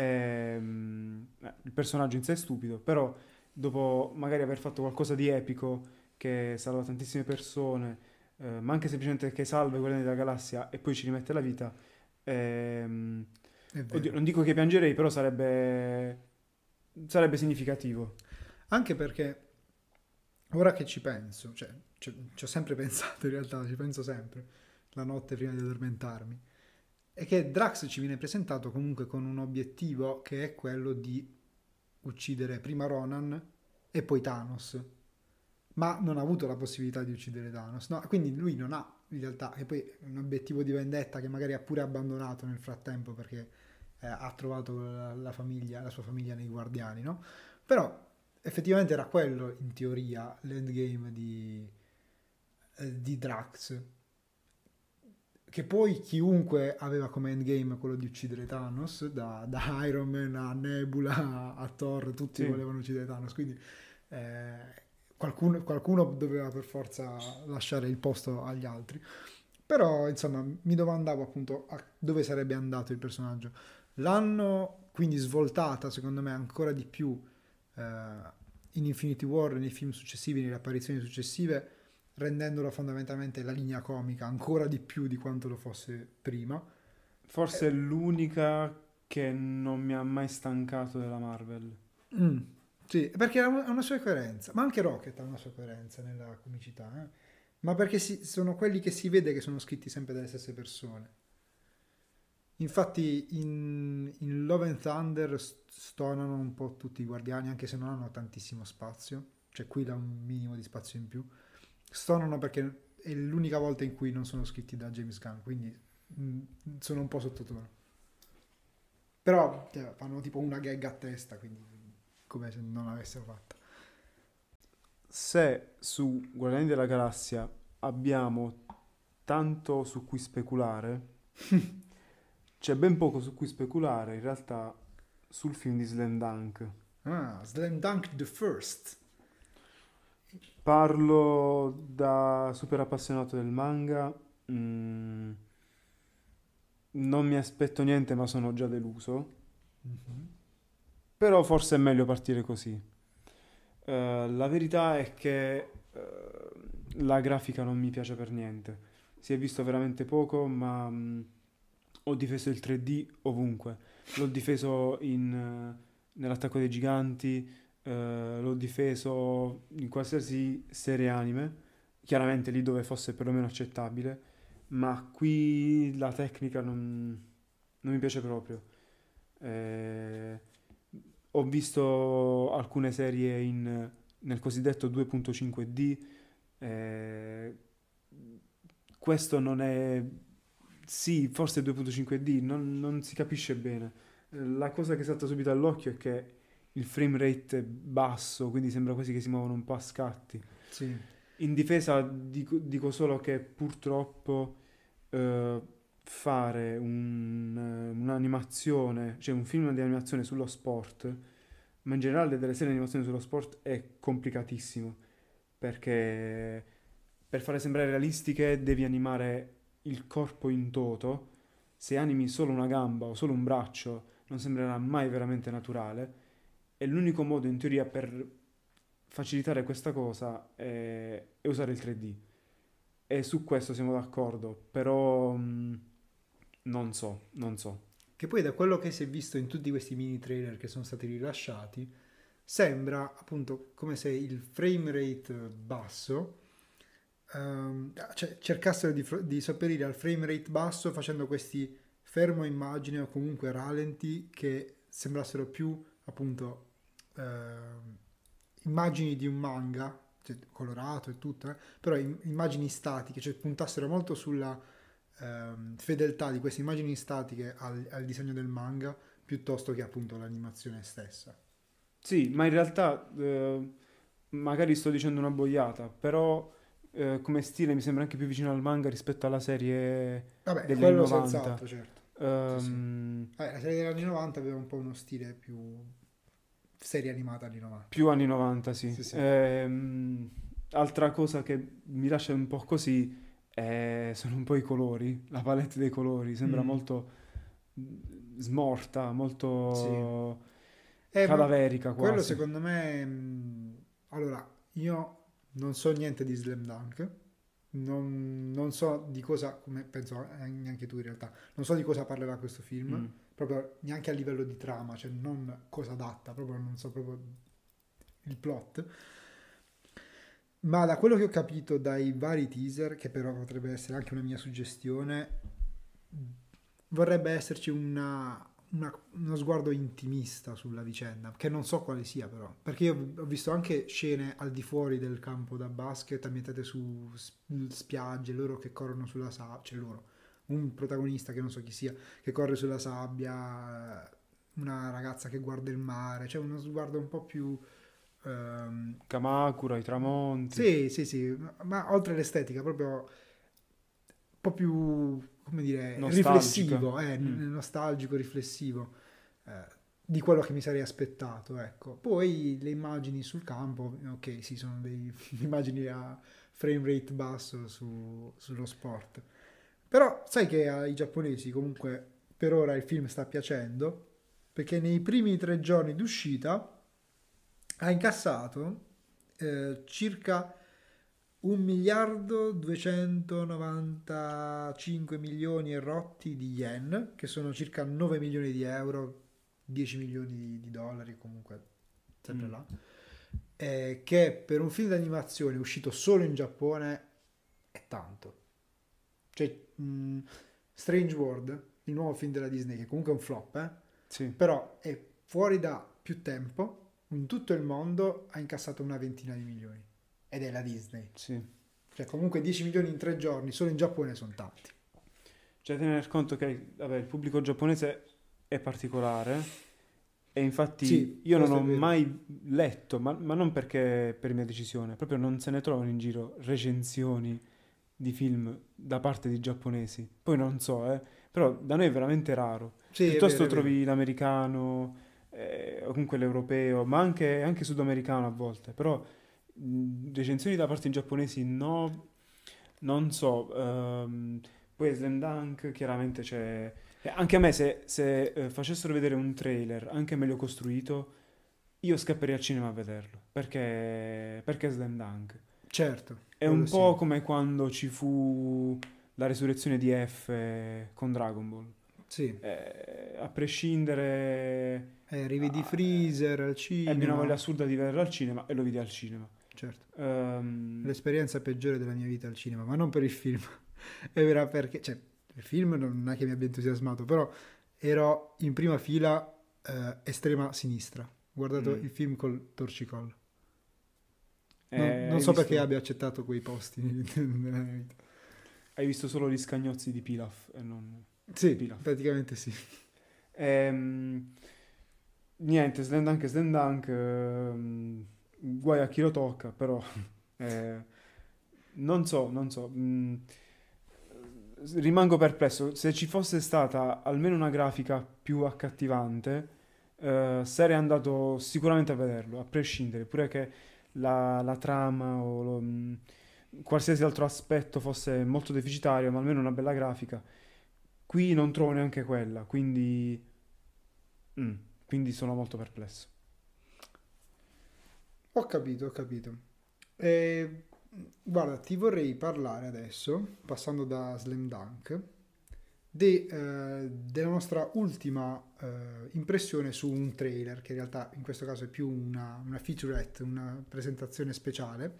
Il personaggio in sé è stupido, però dopo magari aver fatto qualcosa di epico che salva tantissime persone, ma anche semplicemente che salva i Guardiani della Galassia e poi ci rimette la vita. Ehm, è Oddio, vero. non dico che piangerei, però sarebbe significativo. Anche perché ora che ci penso, cioè ci ho sempre pensato in realtà, ci penso sempre, la notte prima di addormentarmi, è che Drax ci viene presentato comunque con un obiettivo che è quello di uccidere prima Ronan e poi Thanos, ma non ha avuto la possibilità di uccidere Thanos, no? Quindi lui non ha in realtà, e poi un obiettivo di vendetta che magari ha pure abbandonato nel frattempo perché ha trovato la sua famiglia nei Guardiani, no? Però effettivamente era quello in teoria l'endgame di Drax, che poi chiunque aveva come endgame quello di uccidere Thanos, da Iron Man a Nebula a Thor, tutti Sì. volevano uccidere Thanos, quindi eh, qualcuno doveva per forza lasciare il posto agli altri. Però, insomma, mi domandavo appunto a dove sarebbe andato il personaggio. L'hanno quindi svoltata, secondo me, ancora di più eh, in Infinity War, nei film successivi, nelle apparizioni successive, rendendola fondamentalmente la linea comica ancora di più di quanto lo fosse prima. Forse è l'unica che non mi ha mai stancato della Marvel. Mm, sì, perché ha una sua coerenza, ma anche Rocket ha una sua coerenza nella comicità, ma perché sono quelli che si vede che sono scritti sempre dalle stesse persone. Infatti in Love and Thunder stonano un po' tutti i guardiani, anche se non hanno tantissimo spazio, cioè qui da un minimo di spazio in più. Stonano perché è l'unica volta in cui non sono scritti da James Gunn, quindi mm, sono un po' sottotono. Però fanno tipo una gag a testa, quindi come se non l'avessero fatta. Se su Guardiani della Galassia abbiamo tanto su cui speculare, c'è ben poco su cui speculare in realtà sul film di Slam Dunk. Ah, Slam Dunk the First. Parlo da super appassionato del manga, mm, non mi aspetto niente ma sono già deluso, Mhm. però forse è meglio partire così. La verità è che la grafica non mi piace per niente. Si è visto veramente poco, ma ho difeso il 3D ovunque. L'ho difeso nell'Attacco dei Giganti, l'ho difeso in qualsiasi serie anime, chiaramente lì dove fosse perlomeno accettabile, ma qui la tecnica non mi piace proprio. Eh, Ho visto alcune serie nel cosiddetto 2.5D, eh, questo non è... Sì, forse è 2.5D, non si capisce bene. La cosa che salta subito all'occhio è che il frame rate è basso, quindi sembra quasi che si muovono un po' a scatti. Sì. In difesa dico solo che purtroppo eh, fare un'animazione, cioè un film di animazione sullo sport, ma in generale delle serie di animazione sullo sport è complicatissimo, perché per fare sembrare realistiche devi animare il corpo in toto. Se animi solo una gamba o solo un braccio non sembrerà mai veramente naturale, e l'unico modo in teoria per facilitare questa cosa è usare il 3D. E su questo siamo d'accordo, però non so. Che poi da quello che si è visto in tutti questi mini trailer che sono stati rilasciati, sembra appunto come se il frame rate basso, cioè cercassero di sopperire al frame rate basso facendo questi fermo immagine o comunque rallenti che sembrassero più appunto immagini di un manga, cioè, colorato e tutto, però immagini statiche, cioè puntassero molto sulla fedeltà di queste immagini statiche al disegno del manga piuttosto che appunto l'animazione stessa. Sì, ma in realtà magari sto dicendo una boiata, però come stile mi sembra anche più vicino al manga rispetto alla serie Vabbè, degli anni quello 90. senz'altro, certo. Sì, sì. Ehm, La serie degli anni 90 aveva un po' uno stile più serie animata anni 90. Più anni 90, sì. Sì, sì. Altra cosa che mi lascia un po' così sono un po' i colori, la palette dei colori, sembra Mm, molto smorta, sì. molto Ma cadaverica quello quasi. secondo me... allora, io non so niente di Slam Dunk, non so di cosa, come penso neanche tu in realtà, non so di cosa parlerà questo film, Mm. proprio neanche a livello di trama, cioè non cosa adatta, proprio non so proprio il plot. Ma da quello che ho capito dai vari teaser, che però potrebbe essere anche una mia suggestione, vorrebbe esserci uno sguardo intimista sulla vicenda, che non so quale sia però, perché io ho visto anche scene al di fuori del campo da basket ambientate su spiagge, loro che corrono sulla sabbia, cioè loro, un protagonista che non so chi sia, che corre sulla sabbia, una ragazza che guarda il mare, cioè uno sguardo un po' più... ehm, Kamakura, i tramonti. sì, sì, sì, ma oltre l'estetica, proprio un po' più, come dire, Nostalgica. riflessivo, Mm. nostalgico, riflessivo, eh, di quello che mi sarei aspettato, ecco. Poi le immagini sul campo, ok, sì, sono delle immagini a frame rate basso sullo sport. Però sai che ai giapponesi comunque per ora il film sta piacendo, perché nei primi 3 giorni d'uscita ha incassato circa 1 miliardo 295 milioni e rotti di yen, che sono circa 9 milioni di euro, 10 milioni di dollari, comunque sempre Mm. là, che per un film d'animazione uscito solo in Giappone è tanto. Cioè, Strange World, il nuovo film della Disney, che comunque è un flop, Sì, però è fuori da più tempo, in tutto il mondo ha incassato una ventina di milioni. Ed è la Disney. sì. Cioè, comunque 10 milioni in 3 giorni, solo in Giappone sono tanti. Cioè, tener conto che vabbè, il pubblico giapponese è particolare e infatti Sì, io non questo ho è vero. mai letto, ma non perché per mia decisione, proprio non se ne trovano in giro recensioni di film da parte di giapponesi. Poi non so, però da noi è veramente raro. Sì, è vero, Piuttosto è vero. trovi l'americano, o comunque l'europeo, ma anche sudamericano a volte. Però recensioni da parte di giapponesi no, non so. Poi Slam Dunk chiaramente c'è... Anche a me se facessero vedere un trailer anche meglio costruito, io scapperei al cinema a vederlo. Perché Slam Dunk? Certo, È quello un sì. po' come quando ci fu la resurrezione di F con Dragon Ball. Sì. A prescindere, Rivedi Freezer al ebbi una voglia cinema. assurda di vederlo al cinema e lo vidi al cinema. Certo. Ehm, L'esperienza peggiore della mia vita al cinema, ma non per il film. Era perché, cioè, il film non è che mi abbia entusiasmato, però ero in prima fila, estrema sinistra. Ho guardato mm. il film col torcicollo. Non Hai so perché visto? abbia accettato quei posti nella mia vita. hai visto solo gli scagnozzi di Pilaf e non Sì, Pilaf. praticamente sì. Niente, Slam Dunk, guai a chi lo tocca, però eh, non so. Rimango perplesso. Se ci fosse stata almeno una grafica più accattivante, sarei andato sicuramente a vederlo, a prescindere, pure che la trama o qualsiasi altro aspetto fosse molto deficitario, ma almeno una bella grafica. Qui non trovo neanche quella, mm, quindi sono molto perplesso. Ho capito, ho capito. E, guarda, ti vorrei parlare adesso, passando da Slam Dunk, della nostra ultima impressione su un trailer, che in realtà in questo caso è più una featurette, una presentazione speciale,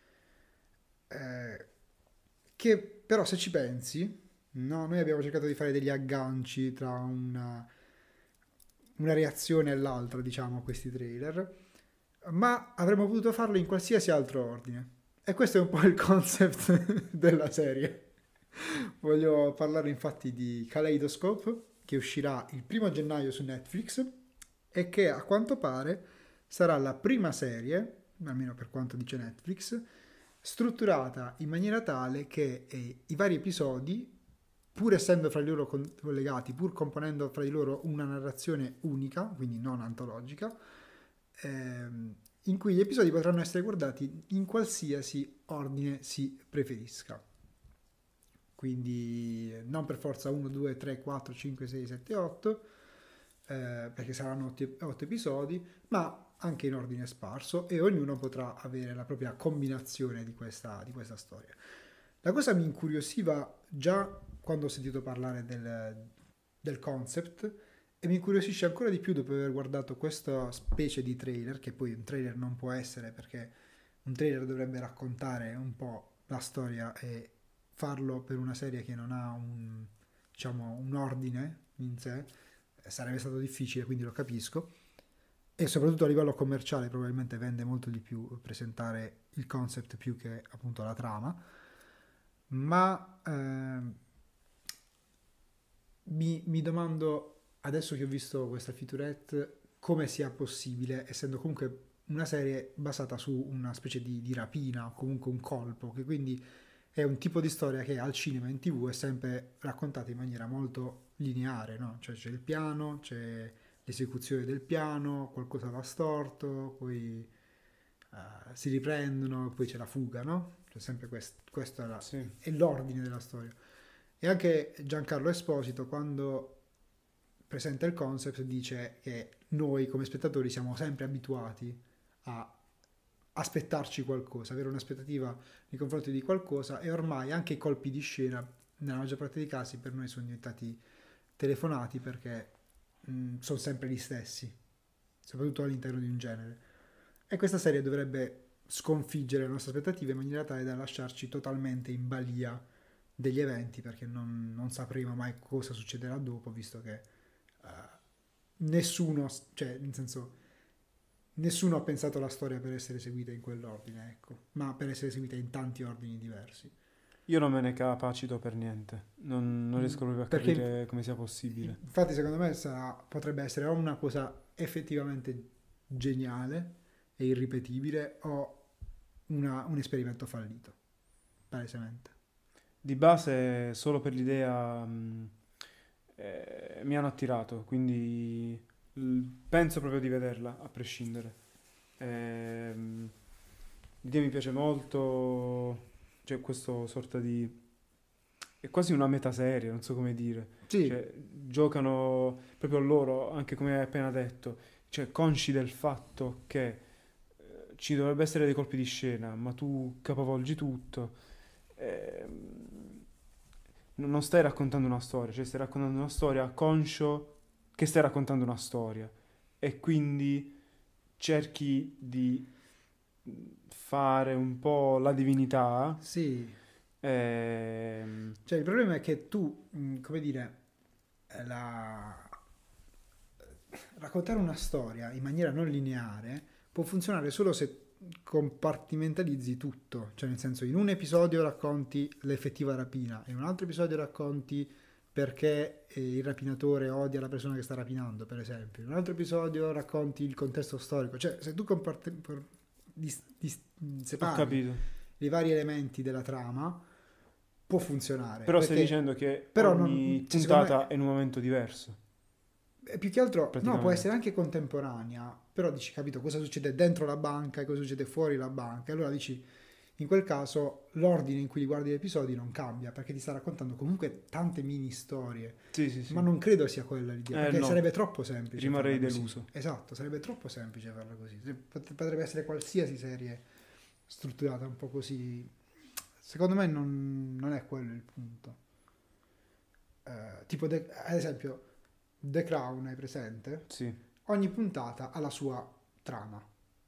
eh, che però se ci pensi, no, noi abbiamo cercato di fare degli agganci tra una reazione e l'altra, diciamo, a questi trailer, ma avremmo potuto farlo in qualsiasi altro ordine. E questo è un po' il concept della serie. Voglio parlare infatti di Kaleidoscope, che uscirà il 1° gennaio su Netflix e che a quanto pare sarà la prima serie, almeno per quanto dice Netflix, strutturata in maniera tale che i vari episodi, pur essendo fra di loro collegati, pur componendo fra di loro una narrazione unica, quindi non antologica, in cui gli episodi potranno essere guardati in qualsiasi ordine si preferisca. Quindi non per forza 1, 2, 3, 4, 5, 6, 7, 8, perché saranno 8 episodi, ma anche in ordine sparso e ognuno potrà avere la propria combinazione di questa storia. La cosa mi incuriosiva già quando ho sentito parlare del concept e mi incuriosisce ancora di più dopo aver guardato questa specie di trailer, che poi un trailer non può essere perché un trailer dovrebbe raccontare un po' la storia e farlo per una serie che non ha diciamo, un ordine in sé sarebbe stato difficile, quindi lo capisco. E soprattutto a livello commerciale probabilmente vende molto di più presentare il concept più che appunto la trama. Ma mi domando, adesso che ho visto questa featurette, come sia possibile, essendo comunque una serie basata su una specie di rapina o comunque un colpo, che quindi è un tipo di storia che al cinema e in TV è sempre raccontata in maniera molto lineare, no? Cioè c'è il piano, c'è l'esecuzione del piano, qualcosa va storto, poi si riprendono, poi c'è la fuga, no? C'è sempre questo Sì. è l'ordine della storia. E anche Giancarlo Esposito, quando presenta il concept, dice che noi come spettatori siamo sempre abituati a aspettarci qualcosa, avere un'aspettativa nei confronti di qualcosa e ormai anche i colpi di scena, nella maggior parte dei casi, per noi sono diventati telefonati perché sono sempre gli stessi, soprattutto all'interno di un genere. E questa serie dovrebbe sconfiggere le nostre aspettative in maniera tale da lasciarci totalmente in balia degli eventi perché non sapremo mai cosa succederà dopo, visto che nessuno, cioè nel senso, nessuno ha pensato alla storia per essere seguita in quell'ordine, ecco, ma per essere seguita in tanti ordini diversi. Io non me ne capacito per niente, non riesco proprio a Perché capire come sia possibile. infatti secondo me potrebbe essere o una cosa effettivamente geniale e irripetibile o un esperimento fallito, palesemente. Di base, solo per l'idea, mi hanno attirato, quindi penso proprio di vederla, a prescindere. Ehm, L'idea mi piace molto, c'è questo sorta di... è quasi una metaserie, non so come dire. Sì, Cioè, giocano proprio loro, anche come hai appena detto, cioè consci del fatto che ci dovrebbe essere dei colpi di scena, ma tu capovolgi tutto. Non stai raccontando una storia, cioè stai raccontando una storia conscio che stai raccontando una storia e quindi cerchi di fare un po' la divinità. sì. ehm, Cioè il problema è che tu, come dire, la, raccontare una storia in maniera non lineare può funzionare solo se compartimentalizzi tutto, cioè nel senso in un episodio racconti l'effettiva rapina, in un altro episodio racconti perché il rapinatore odia la persona che sta rapinando, per esempio, in un altro episodio racconti il contesto storico, cioè se tu Ho separi capito. i vari elementi della trama può funzionare, Però stai perché dicendo che però ogni cioè, secondo puntata me è in un momento diverso, più che altro, no, può essere praticamente. anche contemporanea, però dici, capito, cosa succede dentro la banca e cosa succede fuori la banca. E allora dici, in quel caso, l'ordine in cui guardi gli episodi non cambia, perché ti sta raccontando comunque tante mini storie. Sì, sì, Ma sì. non credo sia quella l'idea, perché No, sarebbe troppo semplice rimarrei farla così. deluso. Esatto, sarebbe troppo semplice farla così. Potrebbe essere qualsiasi serie strutturata un po' così. Secondo me non è quello il punto. Tipo, ad esempio, The Crown, hai presente? Sì. Ogni puntata ha la sua trama.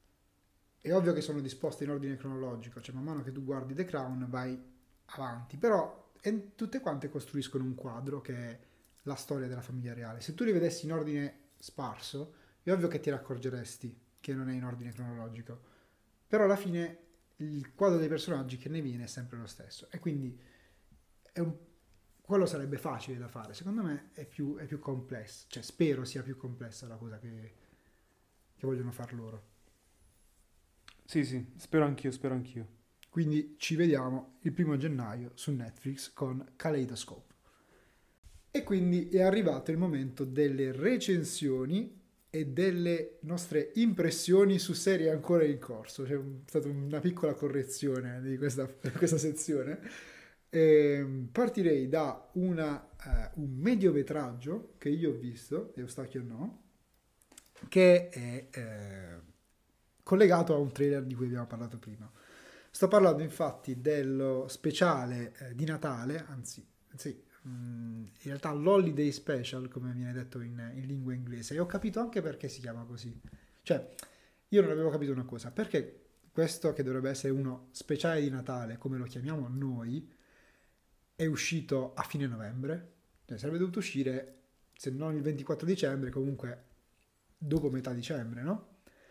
È ovvio che sono disposte in ordine cronologico, cioè man mano che tu guardi The Crown vai avanti, però tutte quante costruiscono un quadro che è la storia della famiglia reale. Se tu li vedessi in ordine sparso, è ovvio che ti accorgeresti che non è in ordine cronologico, però alla fine il quadro dei personaggi che ne viene è sempre lo stesso e quindi è un- quello sarebbe facile da fare. Secondo me è più complesso, cioè spero sia più complessa la cosa che vogliono far loro. Sì, sì, spero anch'io, spero anch'io. Quindi ci vediamo il 1° gennaio su Netflix con Kaleidoscope. E quindi è arrivato il momento delle recensioni e delle nostre impressioni su serie ancora in corso. C'è stata una piccola correzione di questa sezione. Partirei da un mediometraggio che io ho visto, Eustachio no, che è collegato a un trailer di cui abbiamo parlato prima. Sto parlando infatti dello speciale di Natale, anzi, sì, in realtà l'Holiday Special, come viene detto in lingua inglese, e ho capito anche perché si chiama così. Cioè, io non avevo capito una cosa, perché questo che dovrebbe essere uno speciale di Natale, come lo chiamiamo noi, è uscito a fine novembre, cioè sarebbe dovuto uscire, se non il 24 dicembre, comunque dopo metà dicembre, no?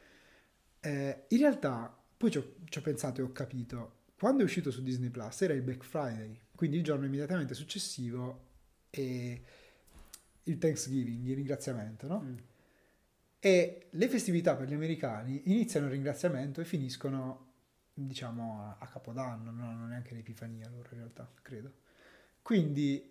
In realtà, poi ci ho pensato e ho capito, quando è uscito su Disney Plus era il Black Friday, quindi il giorno immediatamente successivo e il Thanksgiving, il ringraziamento, no? Mm. E le festività per gli americani iniziano il ringraziamento e finiscono, diciamo, a Capodanno, no? Non neanche l'Epifania loro in realtà, credo. Quindi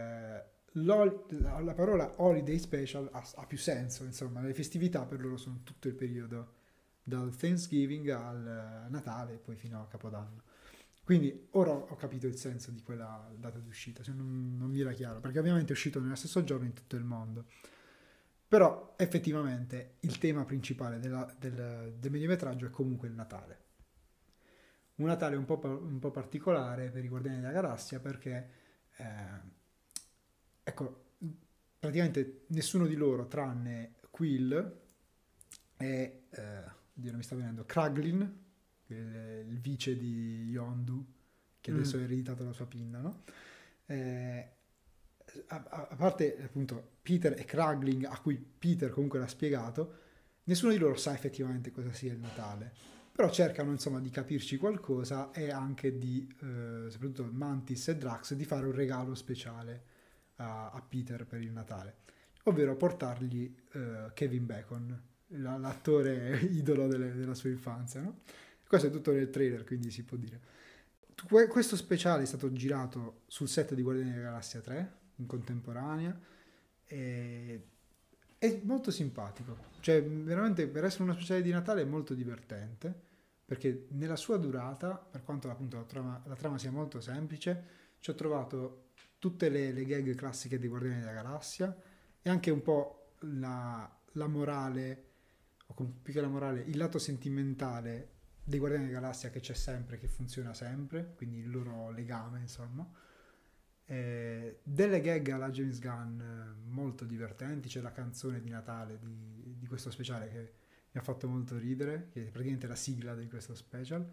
la parola holiday special ha più senso, insomma, le festività per loro sono tutto il periodo dal Thanksgiving al Natale e poi fino a Capodanno. Quindi ora ho capito il senso di quella data di uscita, se non mi era chiaro, perché ovviamente è uscito nello stesso giorno in tutto il mondo. Però effettivamente il tema principale del mediometraggio è comunque il Natale. Un Natale un po' particolare per i Guardiani della Galassia perché, ecco, praticamente nessuno di loro, tranne Quill e, Dio non mi sta venendo, Kraglin, che è il vice di Yondu, che adesso ha Mm. ereditato la sua pinna, no? Eh, a parte appunto Peter e Kraglin, a cui Peter comunque l'ha spiegato, nessuno di loro sa effettivamente cosa sia il Natale. Però cercano insomma di capirci qualcosa e anche di, soprattutto Mantis e Drax, di fare un regalo speciale a Peter per il Natale, ovvero portargli Kevin Bacon, l'attore idolo della sua infanzia, no? Questo è tutto nel trailer, quindi si può dire. Questo speciale è stato girato sul set di Guardiani della Galassia 3 in contemporanea e è molto simpatico, cioè veramente per essere una speciale di Natale è molto divertente perché nella sua durata, per quanto appunto la trama sia molto semplice, ci ho trovato tutte le gag classiche dei Guardiani della Galassia e anche un po' la morale, o più che la morale, il lato sentimentale dei Guardiani della Galassia che c'è sempre, che funziona sempre, quindi il loro legame, insomma. Delle gag alla James Gunn molto divertenti, c'è la canzone di Natale di questo speciale che mi ha fatto molto ridere, che è praticamente la sigla di questo special.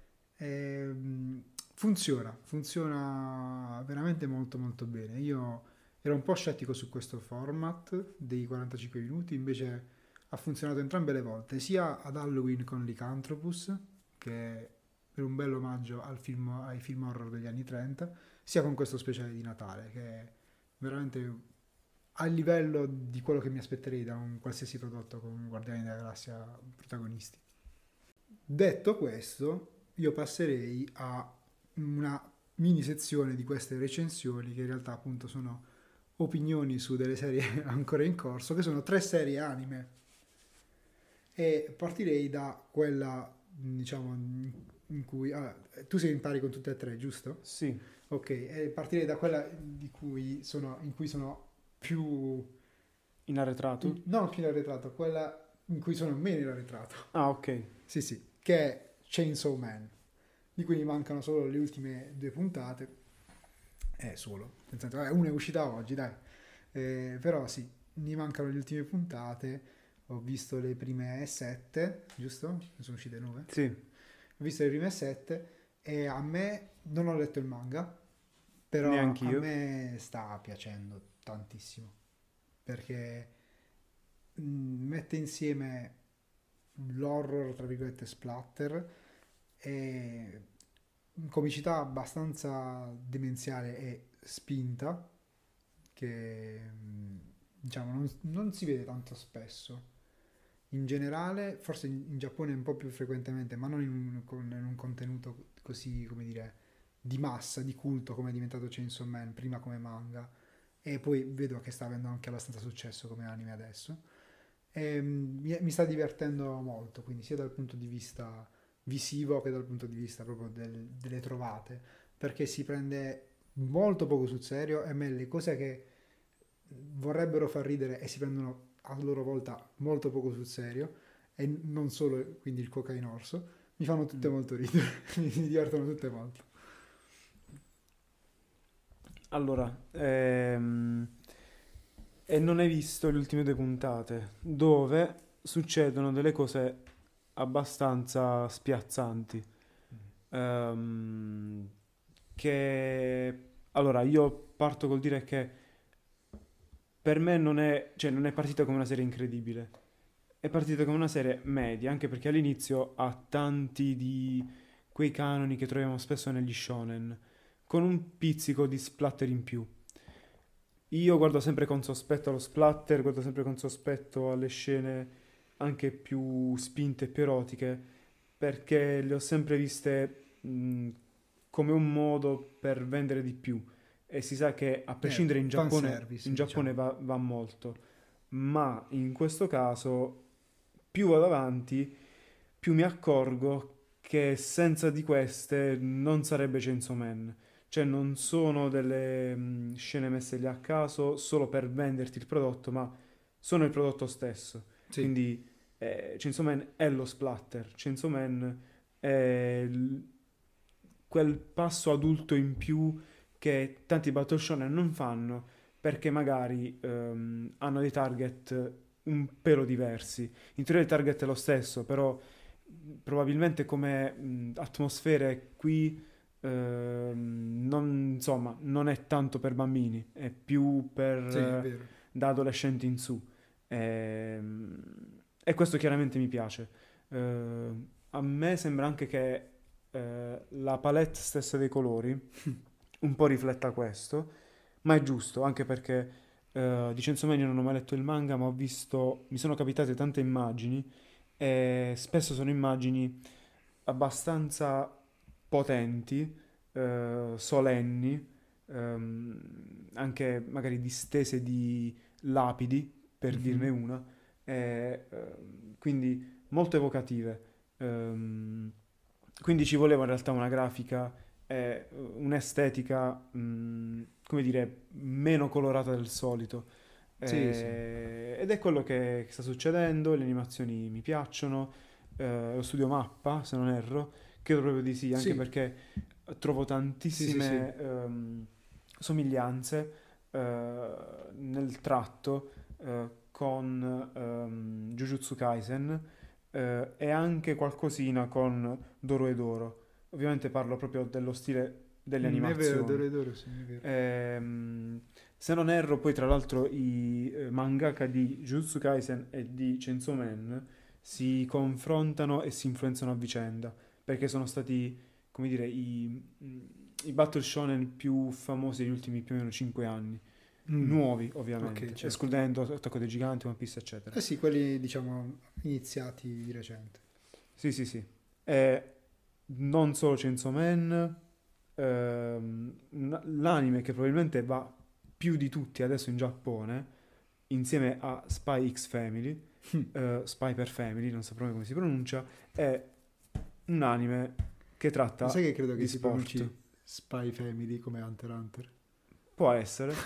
Funziona veramente molto molto bene. Io ero un po' scettico su questo format dei 45 minuti, invece ha funzionato entrambe le volte, sia ad Halloween con Lycanthropus, che è un bel omaggio ai film horror degli anni 30, sia con questo speciale di Natale, che è veramente a livello di quello che mi aspetterei da un qualsiasi prodotto con Guardiani della Galassia protagonisti. Detto questo, io passerei a una mini sezione di queste recensioni che in realtà appunto sono opinioni su delle serie ancora in corso, che sono 3 serie anime. E partirei da quella, diciamo, in cui... tu sei in pari con tutte e tre, giusto? Sì, Ok, e partirei da quella in cui sono più... in arretrato. non più in arretrato, quella in cui sono meno in arretrato. Ah, ok. Sì, sì, che è Chainsaw Man, di cui mi mancano solo le ultime 2 puntate. Solo, nel senso, una è uscita oggi, dai. Però sì, mi mancano le ultime puntate. Ho visto le prime 7, giusto? Ne sono uscite 9. Sì, Ho visto le prime 7 e a me non ho letto il manga, però a neanch'io. me sta piacendo tantissimo perché mette insieme l'horror, tra virgolette, splatter e comicità abbastanza demenziale e spinta che diciamo non si vede tanto spesso. In generale, forse in Giappone un po' più frequentemente, ma non in un contenuto così, come dire, di massa, di culto come è diventato Chainsaw Man, prima come manga, e poi vedo che sta avendo anche abbastanza successo come anime adesso. E mi sta divertendo molto, quindi sia dal punto di vista visivo che dal punto di vista proprio delle trovate, perché si prende molto poco sul serio e a me le cose che vorrebbero far ridere e si prendono a loro volta molto poco sul serio, e non solo quindi il cocaine orso, mi fanno tutte Mm. molto ridere, mi divertono tutte molto. Allora, e non hai visto le ultime 2 puntate, dove succedono delle cose abbastanza spiazzanti. Ehm, che allora io parto col dire che per me non è partita come una serie incredibile, è partita come una serie media, anche perché all'inizio ha tanti di quei canoni che troviamo spesso negli shonen, con un pizzico di splatter in più. Io guardo sempre con sospetto allo splatter, guardo sempre con sospetto alle scene anche più spinte e più erotiche, perché le ho sempre viste come un modo per vendere di più. E si sa che a prescindere Fan service, in Giappone diciamo. va molto, ma in questo caso più vado avanti, più mi accorgo che senza di queste non sarebbe Chainsaw Man. Cioè non sono delle scene messe lì a caso solo per venderti il prodotto, ma sono il prodotto stesso. Sì, Quindi Chainsaw Man è lo splatter, Chainsaw Man è quel passo adulto in più che tanti battle shonen non fanno perché magari hanno dei target un pelo diversi. In teoria il target è lo stesso, però probabilmente come atmosfere qui non, insomma, non è tanto per bambini, è più per sì, è vero. da adolescenti in su. Ehm, E, questo chiaramente mi piace. A me sembra anche che la palette stessa dei colori un po' rifletta questo, ma è giusto, anche perché di Chainsaw Man io non ho mai letto il manga, ma mi sono capitate tante immagini e spesso sono immagini abbastanza potenti, solenni, anche magari distese di lapidi, per dirne Mhm. una, quindi molto evocative. Quindi ci voleva in realtà una grafica e un'estetica, come dire, meno colorata del solito. Sì, sì. Ed è quello che sta succedendo, le animazioni mi piacciono, lo studio Mappa, se non erro, credo proprio di sì, anche Sì, perché trovo sì, sì, sì. tantissime somiglianze nel tratto con Jujutsu Kaisen e anche qualcosina con Doro e Doro. Ovviamente parlo proprio dello stile delle È vero, animazioni. Doro, sì, è vero. Ehm, Se non erro, poi tra l'altro i mangaka di Jujutsu Kaisen e di Chainsaw Man si confrontano e si influenzano a vicenda, perché sono stati, come dire, i battle shonen più famosi degli ultimi più o meno 5 anni. Mm, Nuovi, ok, ovviamente, certo. escludendo Attacco dei Giganti, One Piece, eccetera. Eh sì, quelli diciamo iniziati di recente. Sì, sì, sì. E non solo Chainsaw Man, l'anime che probabilmente va più di tutti adesso in Giappone, insieme a Spy X Family, Spy per Family, non saprò come si pronuncia, è un anime che Lo tratta sai che credo che di si sport. pronunci Spy Family come Hunter x Hunter? Può essere.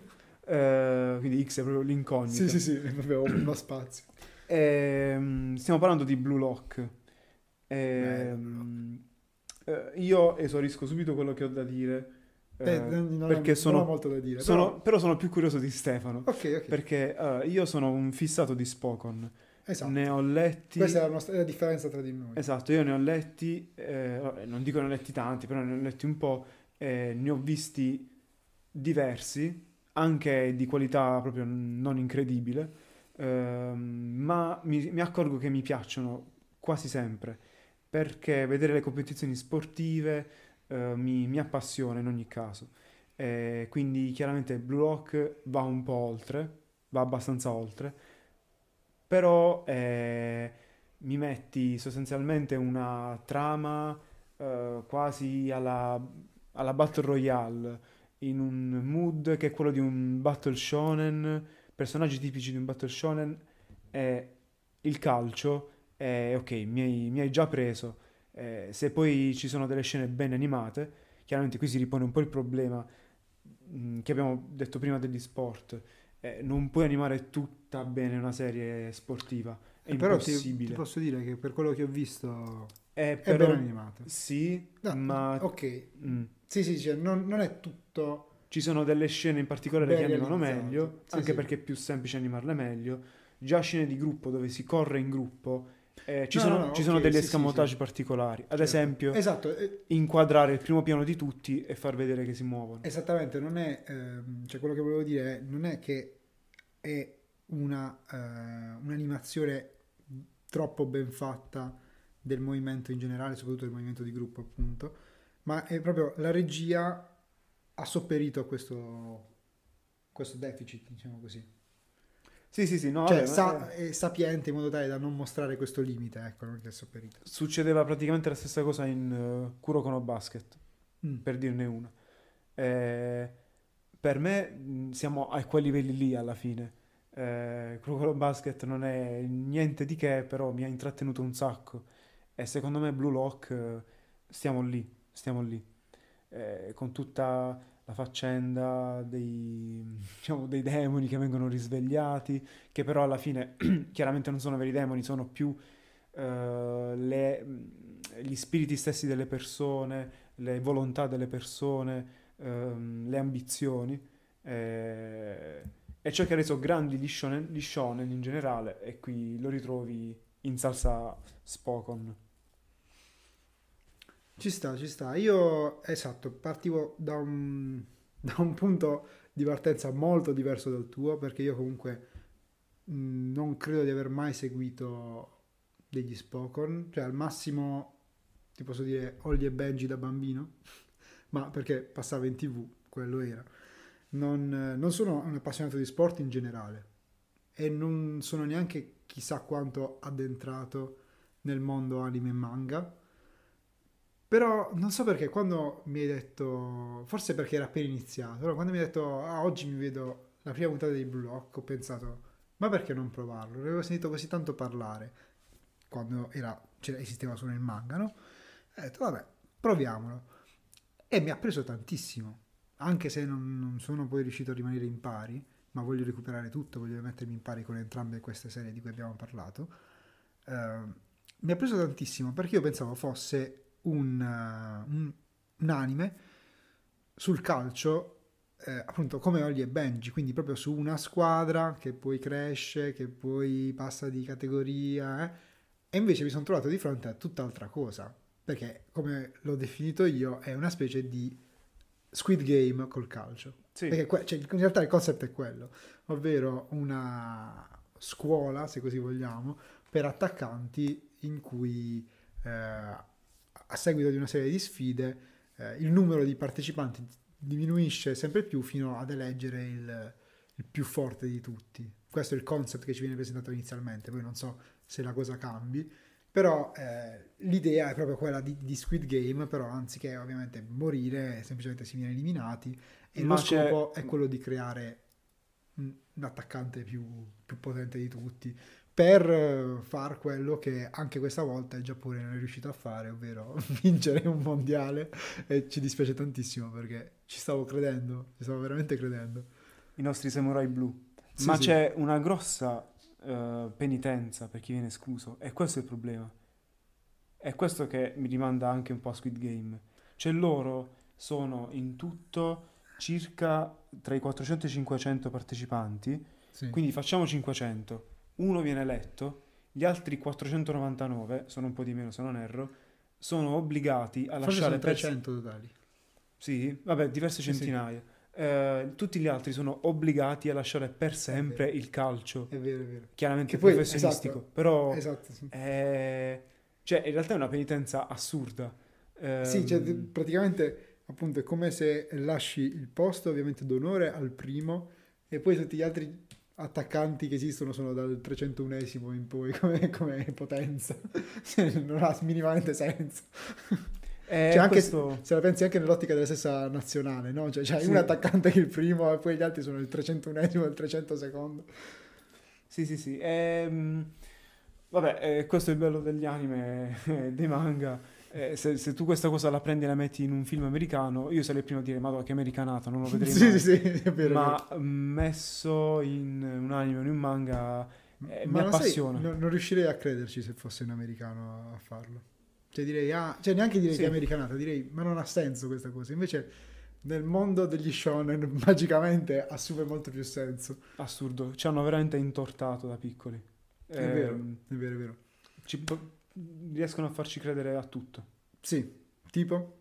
Quindi X è proprio Sì, l'incognita. sì, sì, è proprio uno spazio. Stiamo parlando di Blue Lock. Bello, Blue. Io esaurisco subito quello che ho da dire, perché Non ho molto da dire, però... però sono più curioso di Stefano, Ok, ok, perché io sono un fissato di Spokon. Ne esatto. ho Questa è letti, è la differenza tra di noi. esatto, io ne ho letti, vabbè, non dico ne ho letti tanti, però ne ho letti un po', ne ho visti diversi, anche di qualità proprio non incredibile, ma mi accorgo che mi piacciono quasi sempre, perché vedere le competizioni sportive mi appassiona in ogni caso. Quindi chiaramente Blue Lock va un po' oltre, va abbastanza oltre, però mi metti sostanzialmente una trama quasi alla Battle Royale, in un mood che è quello di un Battle Shonen, personaggi tipici di un Battle Shonen, e il calcio, ok, mi hai già preso. Se poi ci sono delle scene ben animate, chiaramente qui si ripone un po' il problema che abbiamo detto prima degli sport. Non puoi animare tutta bene una serie sportiva, è Però ti impossibile. posso dire che per quello che ho visto è ben Però animato. sì, No, ma ok. mm, Sì, sì, cioè, non è tutto ci sono delle scene in particolare che ben animano realizzato. meglio, Sì, anche sì. perché è più semplice animarle meglio. Già scene di gruppo dove si corre in gruppo, No, no, no, ci sono ok, degli sì, sì, sì. escamotage particolari. Ad Certo. esempio, Esatto, inquadrare il primo piano di tutti e far vedere che si muovono. esattamente, non è, cioè quello che volevo dire non è che è un'animazione troppo ben fatta del movimento in generale, soprattutto del movimento di gruppo, appunto, ma è proprio la regia ha sopperito a questo deficit, diciamo così. Sì, sì, sì, no, Cioè, vabbè, ma è sapiente in modo tale da non mostrare questo limite, ecco, non che è sopperito. succedeva praticamente la stessa cosa in Kuroko no Basket, Mm. per dirne una. Eh, per me siamo a quei livelli lì alla fine. Kuroko no Basket non è niente di che, però mi ha intrattenuto un sacco. E secondo me Blue Lock stiamo lì, stiamo lì. Con tutta la faccenda diciamo, dei demoni che vengono risvegliati, che però alla fine chiaramente non sono veri demoni, sono più gli spiriti stessi delle persone, le volontà delle persone, le ambizioni. E ciò che ha reso grandi gli shonen in generale, e qui lo ritrovi in salsa Spokon. Ci sta, ci sta. Io, esatto, partivo da un punto di partenza molto diverso dal tuo, perché io comunque non credo di aver mai seguito degli Spokon, cioè al massimo ti posso dire Holly e Benji da bambino, ma perché passava in TV, quello era. Non sono un appassionato di sport in generale e non sono neanche chissà quanto addentrato nel mondo anime e manga. Però non so perché quando mi hai detto, forse perché era appena iniziato, però quando mi hai detto oggi mi vedo la prima puntata di Blue Lock, ho pensato ma perché non provarlo? Ne avevo sentito così tanto parlare quando esisteva solo il manga, no? E ho detto vabbè, proviamolo. E mi ha preso tantissimo, anche se non sono poi riuscito a rimanere in pari, ma voglio recuperare tutto, voglio mettermi in pari con entrambe queste serie di cui abbiamo parlato. Eh, Mi ha preso tantissimo perché io pensavo fosse un anime sul calcio, appunto come Holly e Benji, quindi proprio su una squadra che poi cresce, che poi passa di categoria, e invece mi sono trovato di fronte a tutt'altra cosa, perché come l'ho definito io è una specie di Squid Game col calcio. Sì, Perché cioè, in realtà il concept è quello, ovvero una scuola, se così vogliamo, per attaccanti in cui a seguito di una serie di sfide il numero di partecipanti diminuisce sempre più fino ad eleggere il più forte di tutti. Questo è il concept che ci viene presentato inizialmente, poi non so se la cosa cambi, però l'idea è proprio quella di Squid Game, però anziché ovviamente morire, semplicemente si viene eliminati e lo ma c'è... scopo è quello di creare un attaccante più potente di tutti per far quello che anche questa volta il Giappone non è riuscito a fare, ovvero vincere un mondiale e ci dispiace tantissimo perché ci stavo veramente credendo. I nostri samurai blu. Sì, Ma sì, c'è una grossa penitenza per chi viene escluso, e questo è il problema. È questo che mi rimanda anche un po' a Squid Game. Cioè loro sono in tutto circa tra i 400 e i 500 partecipanti, sì. quindi facciamo 500, uno viene eletto, gli altri 499, sono un po' di meno se non erro, sono obbligati a Forse sono lasciare per... 300 totali. Sì, vabbè, diverse Sì, sì, centinaia. Tutti gli altri sono obbligati a lasciare per è sempre vero, il calcio, è vero, è vero. chiaramente Che poi, professionistico, esatto, però esatto, sì. cioè in realtà è una penitenza assurda. Sì, cioè, Ehm, praticamente appunto è come se lasci il posto ovviamente d'onore al primo e poi tutti gli altri attaccanti che esistono sono dal 301esimo in poi come potenza. Cioè, non ha minimamente senso. Cioè anche questo, se la pensi anche nell'ottica della stessa nazionale, no? Cioè c'hai un sì, attaccante che è il primo e poi gli altri sono il 301esimo e il 300 secondo. sì, sì, sì. Vabbè, questo è il bello degli anime, dei manga. Se tu questa cosa la prendi e la metti in un film americano, io sarei il primo a dire, Madonna, che americanata, non lo vedrei Sì, sì, mai. sì, è vero, è vero. Ma messo in un anime o in un manga, mi Ma lo sai, appassiona. non riuscirei a crederci se fosse un americano a farlo. Cioè direi, cioè neanche direi che è Sì, americanata, direi, ma non ha senso questa cosa. Invece nel mondo degli shonen magicamente assume molto più senso. assurdo. Ci hanno veramente intortato da piccoli. È vero, Ehm, è vero, è vero. ci po- riescono a farci credere a tutto. Sì, tipo?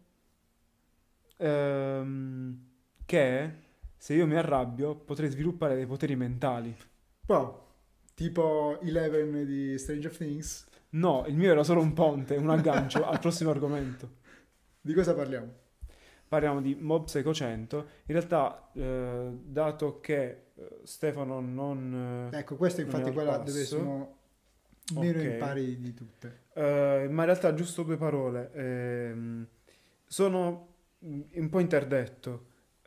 Ehm, che se io mi arrabbio potrei sviluppare dei poteri mentali. Wow, tipo Eleven di Stranger Things. No, il mio era solo un ponte, un aggancio al prossimo argomento. Di cosa parliamo? Parliamo di Mob Psycho 100. In realtà, dato che Stefano Ecco, questa non è infatti è al quella dove passo, sono meno ok. impari di tutte. Ma in realtà giusto due parole. Sono un po' interdetto.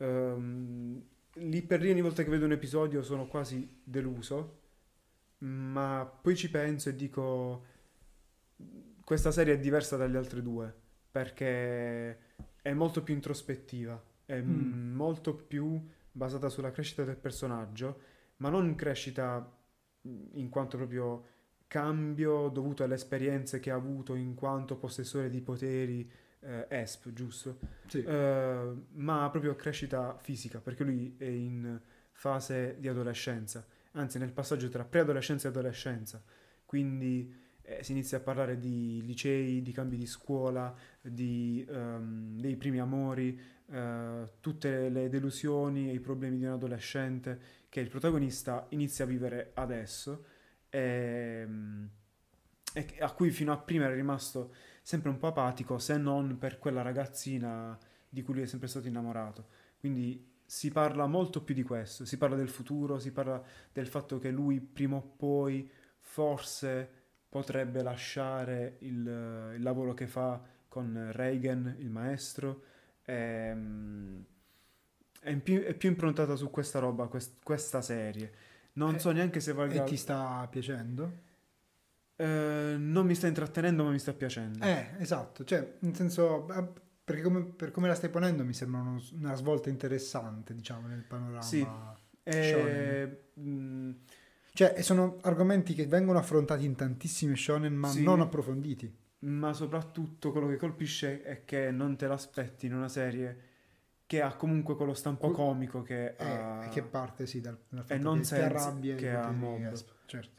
Lì per lì ogni volta che vedo un episodio sono quasi deluso, ma poi ci penso e dico, questa serie è diversa dalle altre due, perché è molto più introspettiva, è Mm, molto più basata sulla crescita del personaggio, ma non crescita in quanto proprio cambio dovuto alle esperienze che ha avuto in quanto possessore di poteri, ESP, giusto? sì. Ma proprio crescita fisica, perché lui è in fase di adolescenza, anzi nel passaggio tra preadolescenza e adolescenza, quindi si inizia a parlare di licei, di cambi di scuola, dei primi amori, tutte le delusioni e i problemi di un adolescente che il protagonista inizia a vivere adesso e, a cui fino a prima era rimasto sempre un po' apatico, se non per quella ragazzina di cui lui è sempre stato innamorato. Quindi si parla molto più di questo, si parla del futuro, si parla del fatto che lui prima o poi forse potrebbe lasciare il lavoro che fa con Reagan, il maestro. Ehm, è più improntata su questa roba, questa serie. Non so neanche se E valga... ti sta piacendo? non mi sta intrattenendo, ma mi sta piacendo. Esatto, cioè, nel senso, perché per come la stai ponendo mi sembra una svolta interessante, diciamo, nel Sì, panorama shonen. eh, mh, Cioè, e sono argomenti che vengono affrontati in tantissimi shonen, ma non sì, approfonditi. ma soprattutto quello che colpisce è che non te l'aspetti in una serie che ha comunque quello stampo Cu- comico che e che ha parte, sì, dal e fatto che ti nonsense arrabbia e che ha poteri Mob. esp, certo.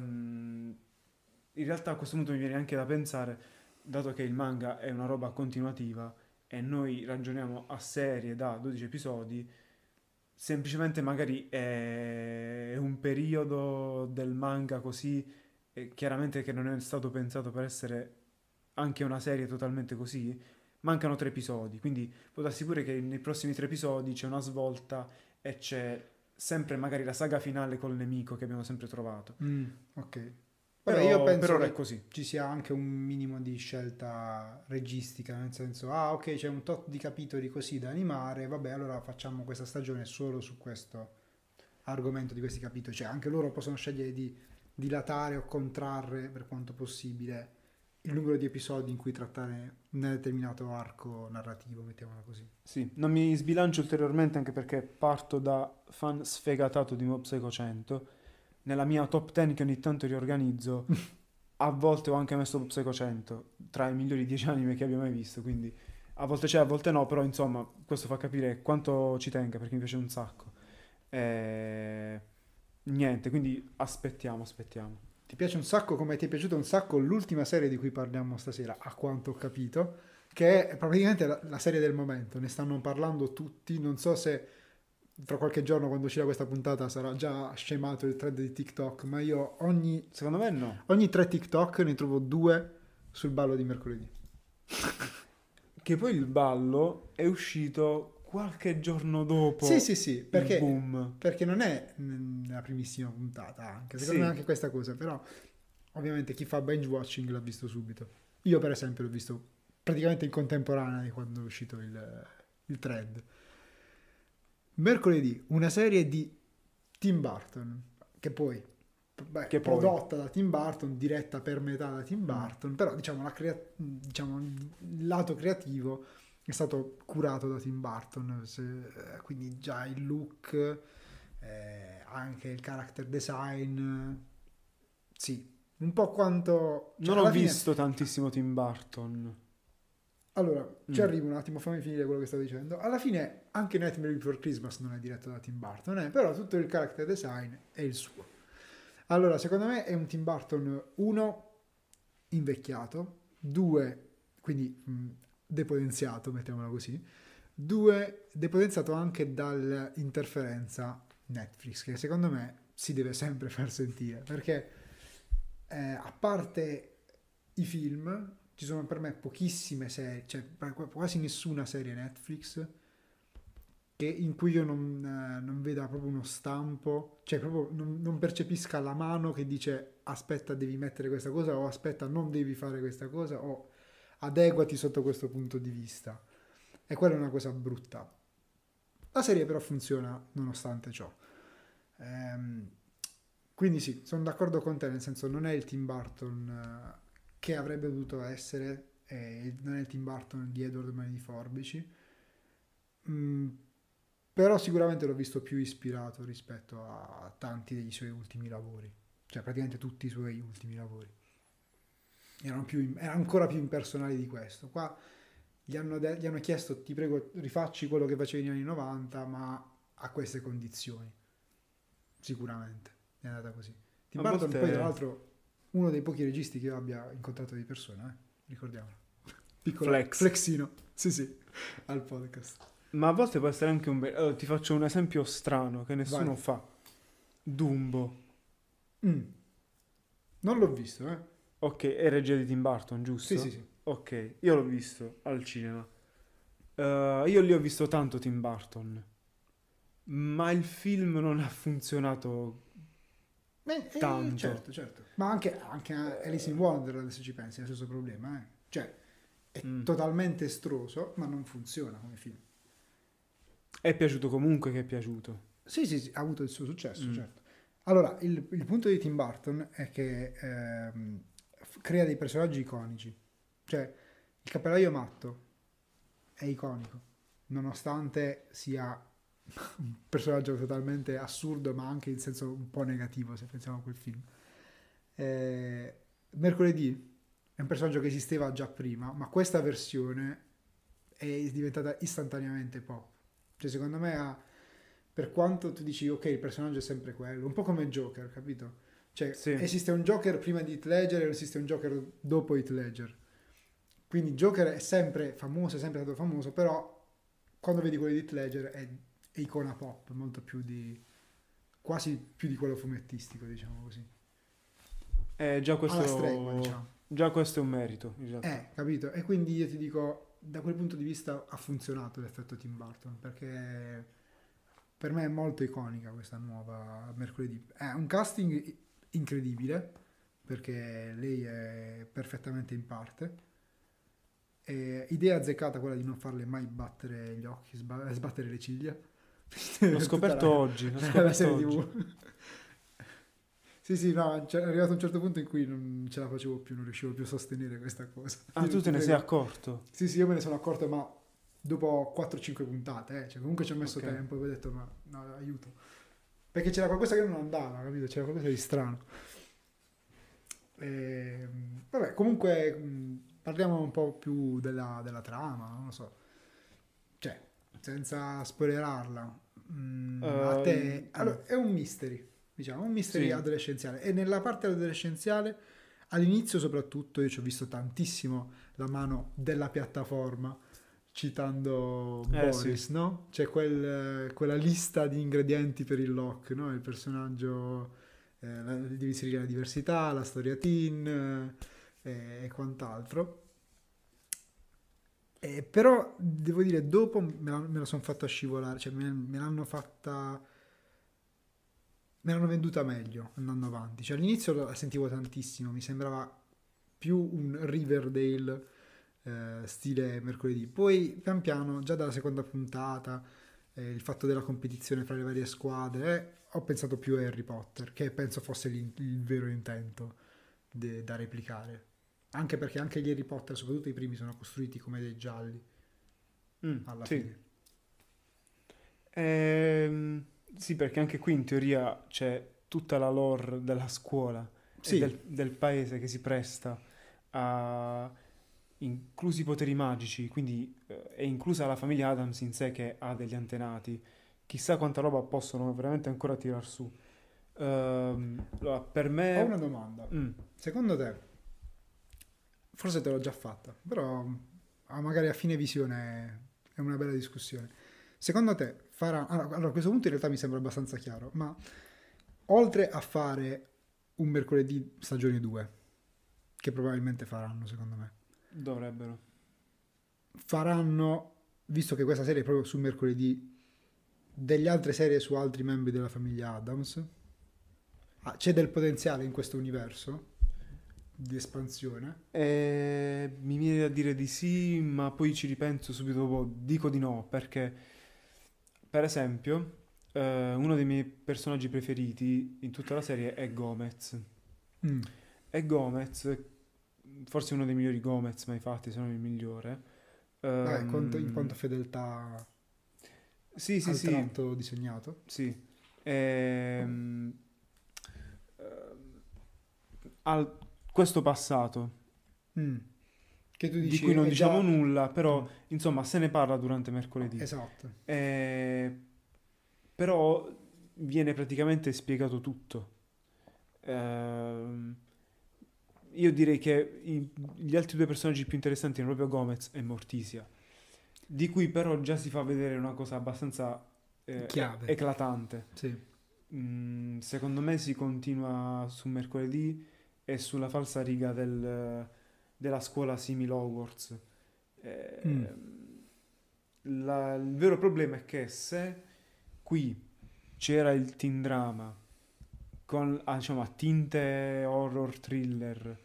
In realtà a questo punto mi viene anche da pensare, dato che il manga è una roba continuativa e noi ragioniamo a serie da 12 episodi, semplicemente magari è un periodo del manga così, chiaramente che non è stato pensato per essere anche una serie totalmente così, mancano 3 episodi, quindi può darsi pure che nei prossimi 3 episodi c'è una svolta e c'è sempre magari la saga finale col nemico che abbiamo sempre trovato. Ok. Vabbè, io Per penso ora è che così. ci sia anche un minimo di scelta registica, nel senso, ah, ok, c'è un tot di capitoli così da animare, vabbè, allora facciamo questa stagione solo su questo argomento di questi capitoli. Cioè, anche loro possono scegliere di dilatare o contrarre per quanto possibile il numero di episodi in cui trattare un determinato arco narrativo, mettiamola così. Sì, non mi sbilancio ulteriormente anche perché parto da fan sfegatato di Mob Psycho 100. Nella mia top 10 che ogni tanto riorganizzo, a volte ho anche messo Mob Psycho 100 tra i migliori 10 anime che abbia mai visto, quindi a volte c'è, a volte no, però insomma questo fa capire quanto ci tenga perché mi piace un sacco. E... Niente, quindi aspettiamo, aspettiamo. Ti piace un sacco come ti è piaciuta un sacco l'ultima serie di cui parliamo stasera, a quanto ho capito, che è praticamente la serie del momento, ne stanno parlando tutti, non so se fra qualche giorno quando uscirà questa puntata sarà già scemato il trend di TikTok, ma io Secondo me no. ogni 3 TikTok ne trovo 2 sul ballo di mercoledì. Che poi il ballo è uscito qualche giorno Sì, dopo sì, sì, il perché, boom. perché non è nella primissima puntata, anche secondo Sì, me anche questa cosa, però ovviamente chi fa binge watching l'ha visto subito. Io per esempio l'ho visto praticamente in contemporanea di quando è uscito il thread. Mercoledì, una serie di Tim Burton, che poi, beh, che poi. prodotta da Tim Burton, diretta per metà da Tim Mm. Burton, però diciamo, diciamo, il lato creativo è stato curato da Tim Burton, quindi già il look, anche il character design, sì, un po' quanto... Cioè, Non ho alla fine, visto tantissimo Tim Burton. allora, ci Mm. arrivo un attimo, fammi finire quello che stavo dicendo. Alla fine anche Nightmare Before Christmas non è diretto da Tim Burton, però tutto il character design è il suo. Allora, secondo me è un Tim Burton, uno, invecchiato, due, quindi depotenziato, mettiamola così, due, depotenziato anche dall'interferenza Netflix, che secondo me si deve sempre far sentire, perché a parte i film, ci sono per me pochissime serie, cioè quasi nessuna serie Netflix in cui io non veda proprio uno stampo, cioè proprio non percepisca la mano che dice aspetta devi mettere questa cosa o aspetta non devi fare questa cosa o adeguati sotto questo punto di vista. E quella è una cosa brutta. La serie però funziona nonostante ciò. Ehm, quindi sì, sono d'accordo con te, nel senso non è il Tim Burton che avrebbe dovuto essere, non è il Tim Burton di Edward Mani di Forbici. Mm, però sicuramente l'ho visto più ispirato rispetto a tanti dei suoi ultimi lavori, cioè praticamente tutti i suoi ultimi lavori. Erano ancora più impersonali di questo. Qua gli hanno chiesto, ti prego, rifacci quello che facevi negli anni 90, ma a queste condizioni. Sicuramente è andata così. Tim A Burton poi tra volte l'altro uno dei pochi registi che io abbia incontrato di persona, ricordiamolo. Piccolo flex. flexino, sì sì, al podcast. Ma a volte può essere anche un bel... Allora, ti faccio un esempio strano che Vai. nessuno fa. Dumbo. Mm, non l'ho visto, eh. Ok, è regia di Tim Burton, Sì, giusto? sì, sì. Ok, io l'ho visto al cinema. Io lì ho visto tanto Tim Burton, ma il film non ha funzionato Beh, tanto. certo, certo. Ma anche Alice in Wonderland, se ci pensi, è lo stesso problema, eh. Cioè, è Mm. totalmente estroso, ma non funziona come film. È piaciuto comunque che è piaciuto. Sì, sì, sì, ha avuto il suo successo, Mm. certo. Allora, il punto di Tim Burton è che crea dei personaggi iconici. Cioè, il cappellaio matto è iconico, nonostante sia un personaggio totalmente assurdo, ma anche in senso un po' negativo, se pensiamo a quel film. Mercoledì è un personaggio che esisteva già prima, ma questa versione è diventata istantaneamente pop. Cioè, secondo me per quanto tu dici, ok, il personaggio è sempre quello, un po' come Joker, capito? Cioè, Sì, esiste un Joker prima di Heath Ledger e esiste un Joker dopo Heath Ledger. Quindi Joker è sempre famoso, è sempre stato famoso, però quando vedi quello di Heath Ledger icona pop, molto più di, quasi più di quello fumettistico, diciamo così. Già Alla stregua, questo, diciamo. già questo è un merito, in realtà. Capito? E quindi io ti dico, da quel punto di vista ha funzionato l'effetto Tim Burton, perché per me è molto iconica questa nuova mercoledì. È un casting incredibile, perché lei è perfettamente in parte. E idea azzeccata quella di non farle mai battere gli occhi, sbattere le ciglia. L'ho Tutta scoperto oggi, l'ho la scoperto serie oggi. TV. Sì, sì, no, è arrivato un certo punto in cui non ce la facevo più, non riuscivo più a sostenere questa cosa. Ah, tu te Ti ne sei prego. accorto? Sì, sì, io me ne sono accorto, ma dopo 4-5 puntate, Cioè, comunque ci ho messo Ok. tempo e ho detto, ma no, aiuto. Perché c'era qualcosa che non andava, capito? C'era qualcosa di strano. Vabbè, comunque parliamo un po' più della trama, non lo so. Cioè, senza spoilerarla. A Eh, te... mm, Allora, è un mystery, diciamo, un mystery sì, adolescenziale. E nella parte adolescenziale, all'inizio soprattutto, io ci ho visto tantissimo la mano della piattaforma, citando sì. Boris, no? C'è quella lista di ingredienti per il lock, no? Il personaggio, devi inserire la diversità, la storia teen e quant'altro. Però devo dire, dopo me la sono fatta scivolare, cioè me l'hanno fatta, me l'hanno venduta meglio andando avanti. Cioè all'inizio la sentivo tantissimo, mi sembrava più un Riverdale stile mercoledì. Poi pian piano, già dalla seconda puntata, il fatto della competizione fra le varie squadre, ho pensato più a Harry Potter, che penso fosse il vero intento da replicare. Anche perché anche gli Harry Potter, soprattutto i primi, sono costruiti come dei gialli alla Sì. fine. Sì, perché anche qui in teoria c'è tutta la lore della scuola e Sì, del paese che si presta a inclusi i poteri magici, quindi è inclusa la famiglia Adams in sé che ha degli antenati. Chissà quanta roba possono veramente ancora tirar su. Allora, per ho una me... domanda. mm, Secondo te, forse te l'ho già fatta, però magari a fine visione è una bella discussione. Secondo te farà... Allora, a questo punto in realtà mi sembra abbastanza chiaro, ma oltre a fare un mercoledì stagione 2, che probabilmente faranno secondo me, dovrebbero. faranno, visto che questa serie è proprio su mercoledì, delle altre serie su altri membri della famiglia Adams? C'è del potenziale in questo universo di espansione? Mi viene da dire di sì, ma poi ci ripenso subito dopo, dico di no, perché per esempio uno dei miei personaggi preferiti in tutta la serie è Gomez. Mm. E Gomez, forse uno dei migliori Gomez mai fatti, se non il migliore. Vabbè, in Ehm, quanto fedeltà sì, sì, al sì, tratto disegnato. sì. Ehm, ehm, ha questo passato Mm. Che tu di dici cui non è diciamo già... nulla, Mm. però insomma se ne parla durante mercoledì. Esatto. Eh, però viene praticamente spiegato tutto. Ehm, io direi che gli altri due personaggi più interessanti sono proprio Gomez e Mortisia, di cui però già si fa vedere una cosa abbastanza Chiave. eclatante. Sì. Secondo me si continua su mercoledì e sulla falsa riga della scuola simil Hogwarts. Mm. Il vero problema è che se qui c'era il teen drama con diciamo, a tinte horror thriller,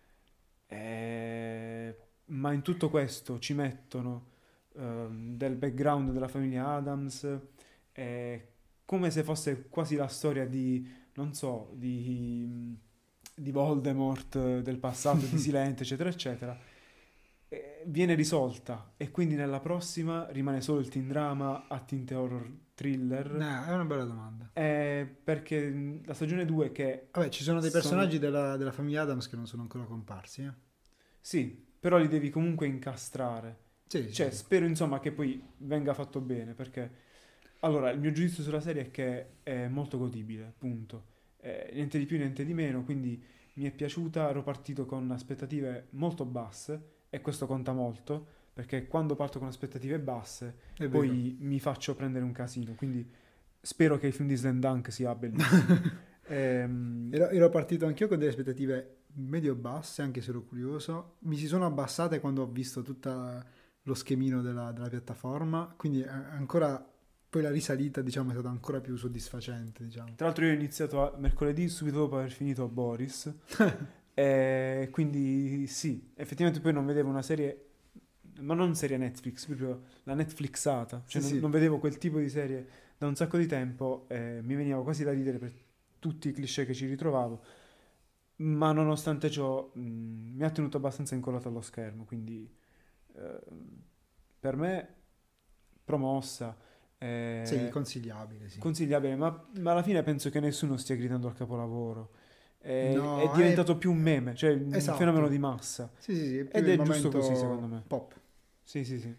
ma in tutto questo ci mettono del background della famiglia Adams, come se fosse quasi la storia di, non so, di Voldemort del passato, di Silente, eccetera, eccetera. Viene risolta e quindi nella prossima rimane solo il teen drama a tinte horror thriller, È una bella domanda. perché la stagione 2 che Vabbè, ci sono dei personaggi sono... della famiglia Adams che non sono ancora comparsi, eh? Sì, però li devi comunque incastrare. Sì, sì, Cioè, sì. spero insomma che poi venga fatto bene, perché allora il mio giudizio sulla serie è che è molto godibile, punto. Niente di più, niente di meno, quindi mi è piaciuta, ero partito con aspettative molto basse e questo conta molto, perché quando parto con aspettative basse È vero. poi mi faccio prendere un casino, quindi spero che il film di Slam Dunk sia bellissimo. Ero partito anch'io con delle aspettative medio-basse, anche se ero curioso. Mi si sono abbassate quando ho visto tutto lo schemino della piattaforma, quindi ancora poi la risalita, diciamo, è stata ancora più soddisfacente, diciamo. Tra l'altro io ho iniziato mercoledì subito dopo aver finito Boris, e quindi sì, effettivamente poi non vedevo una serie, ma non serie Netflix, proprio la Netflixata, cioè Sì, sì. non vedevo quel tipo di serie da un sacco di tempo e mi veniva quasi da ridere per tutti i cliché che ci ritrovavo, ma nonostante ciò mi ha tenuto abbastanza incollato allo schermo, quindi eh, per me promossa, Sì, consigliabile, sì. consigliabile, ma alla fine penso che nessuno stia gridando al capolavoro. È No, diventato più un meme, cioè un fenomeno di esatto. massa. Sì, sì, sì, è più Ed il è giusto così, secondo momento me. pop. Sì, sì, sì.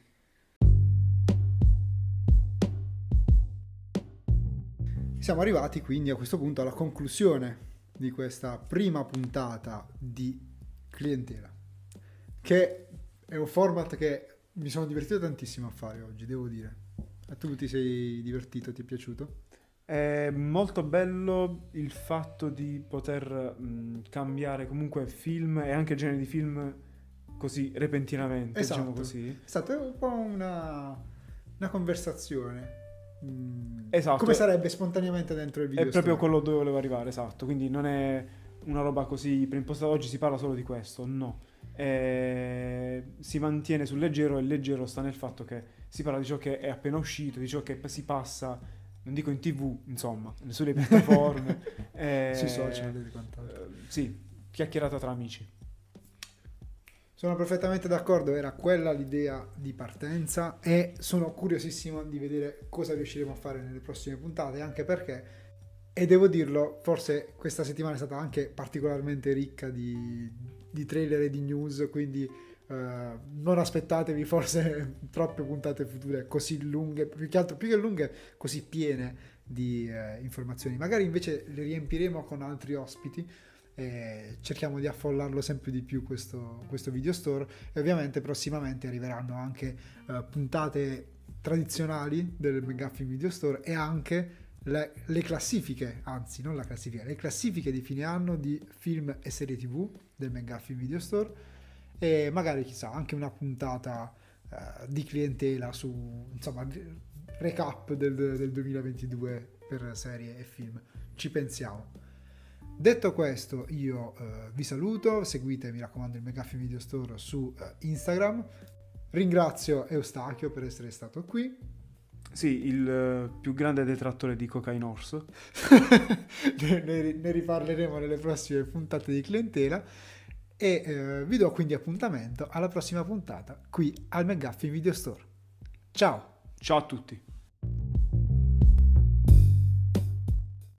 Siamo arrivati quindi a questo punto alla conclusione di questa prima puntata di Clientela, che è un format che mi sono divertito tantissimo a fare oggi, devo dire. E tu ti sei divertito, ti è piaciuto? È molto bello il fatto di poter cambiare comunque film e anche genere di film così repentinamente, diciamo Esatto, così. è stata un po' una conversazione. Esatto, Come sarebbe spontaneamente dentro il è video proprio store. quello dove volevo arrivare, esatto. Quindi non è una roba così preimpostata, oggi si parla solo di questo, no. Si mantiene sul leggero e il leggero sta nel fatto che si parla di ciò che è appena uscito, di ciò che si passa, non dico in TV, insomma, sulle piattaforme. Sui social e quant'altro. Sì, chiacchierata tra amici. Sono perfettamente d'accordo, era quella l'idea di partenza e sono curiosissimo di vedere cosa riusciremo a fare nelle prossime puntate, anche perché, e devo dirlo, forse questa settimana è stata anche particolarmente ricca di trailer e di news, quindi non aspettatevi forse troppe puntate future così lunghe, più che altro, più che lunghe, così piene di informazioni. Magari invece le riempiremo con altri ospiti. Cerchiamo di affollarlo sempre di più questo video store e ovviamente prossimamente arriveranno anche puntate tradizionali del McGuffin Video Store e anche le classifiche, anzi non la classifica, le classifiche di fine anno di film e serie TV del McGuffin Video Store e magari chissà anche una puntata di clientela su insomma recap del 2022 per serie e film. Ci pensiamo. Detto questo, io vi saluto, seguite, mi raccomando, il McGuffin Video Store su Instagram. Ringrazio Eustachio per essere stato qui. Sì, il più grande detrattore di Cocaine Horse. Ne riparleremo nelle prossime puntate di Clientela e vi do quindi appuntamento alla prossima puntata qui al McGuffin Video Store. Ciao! Ciao a tutti.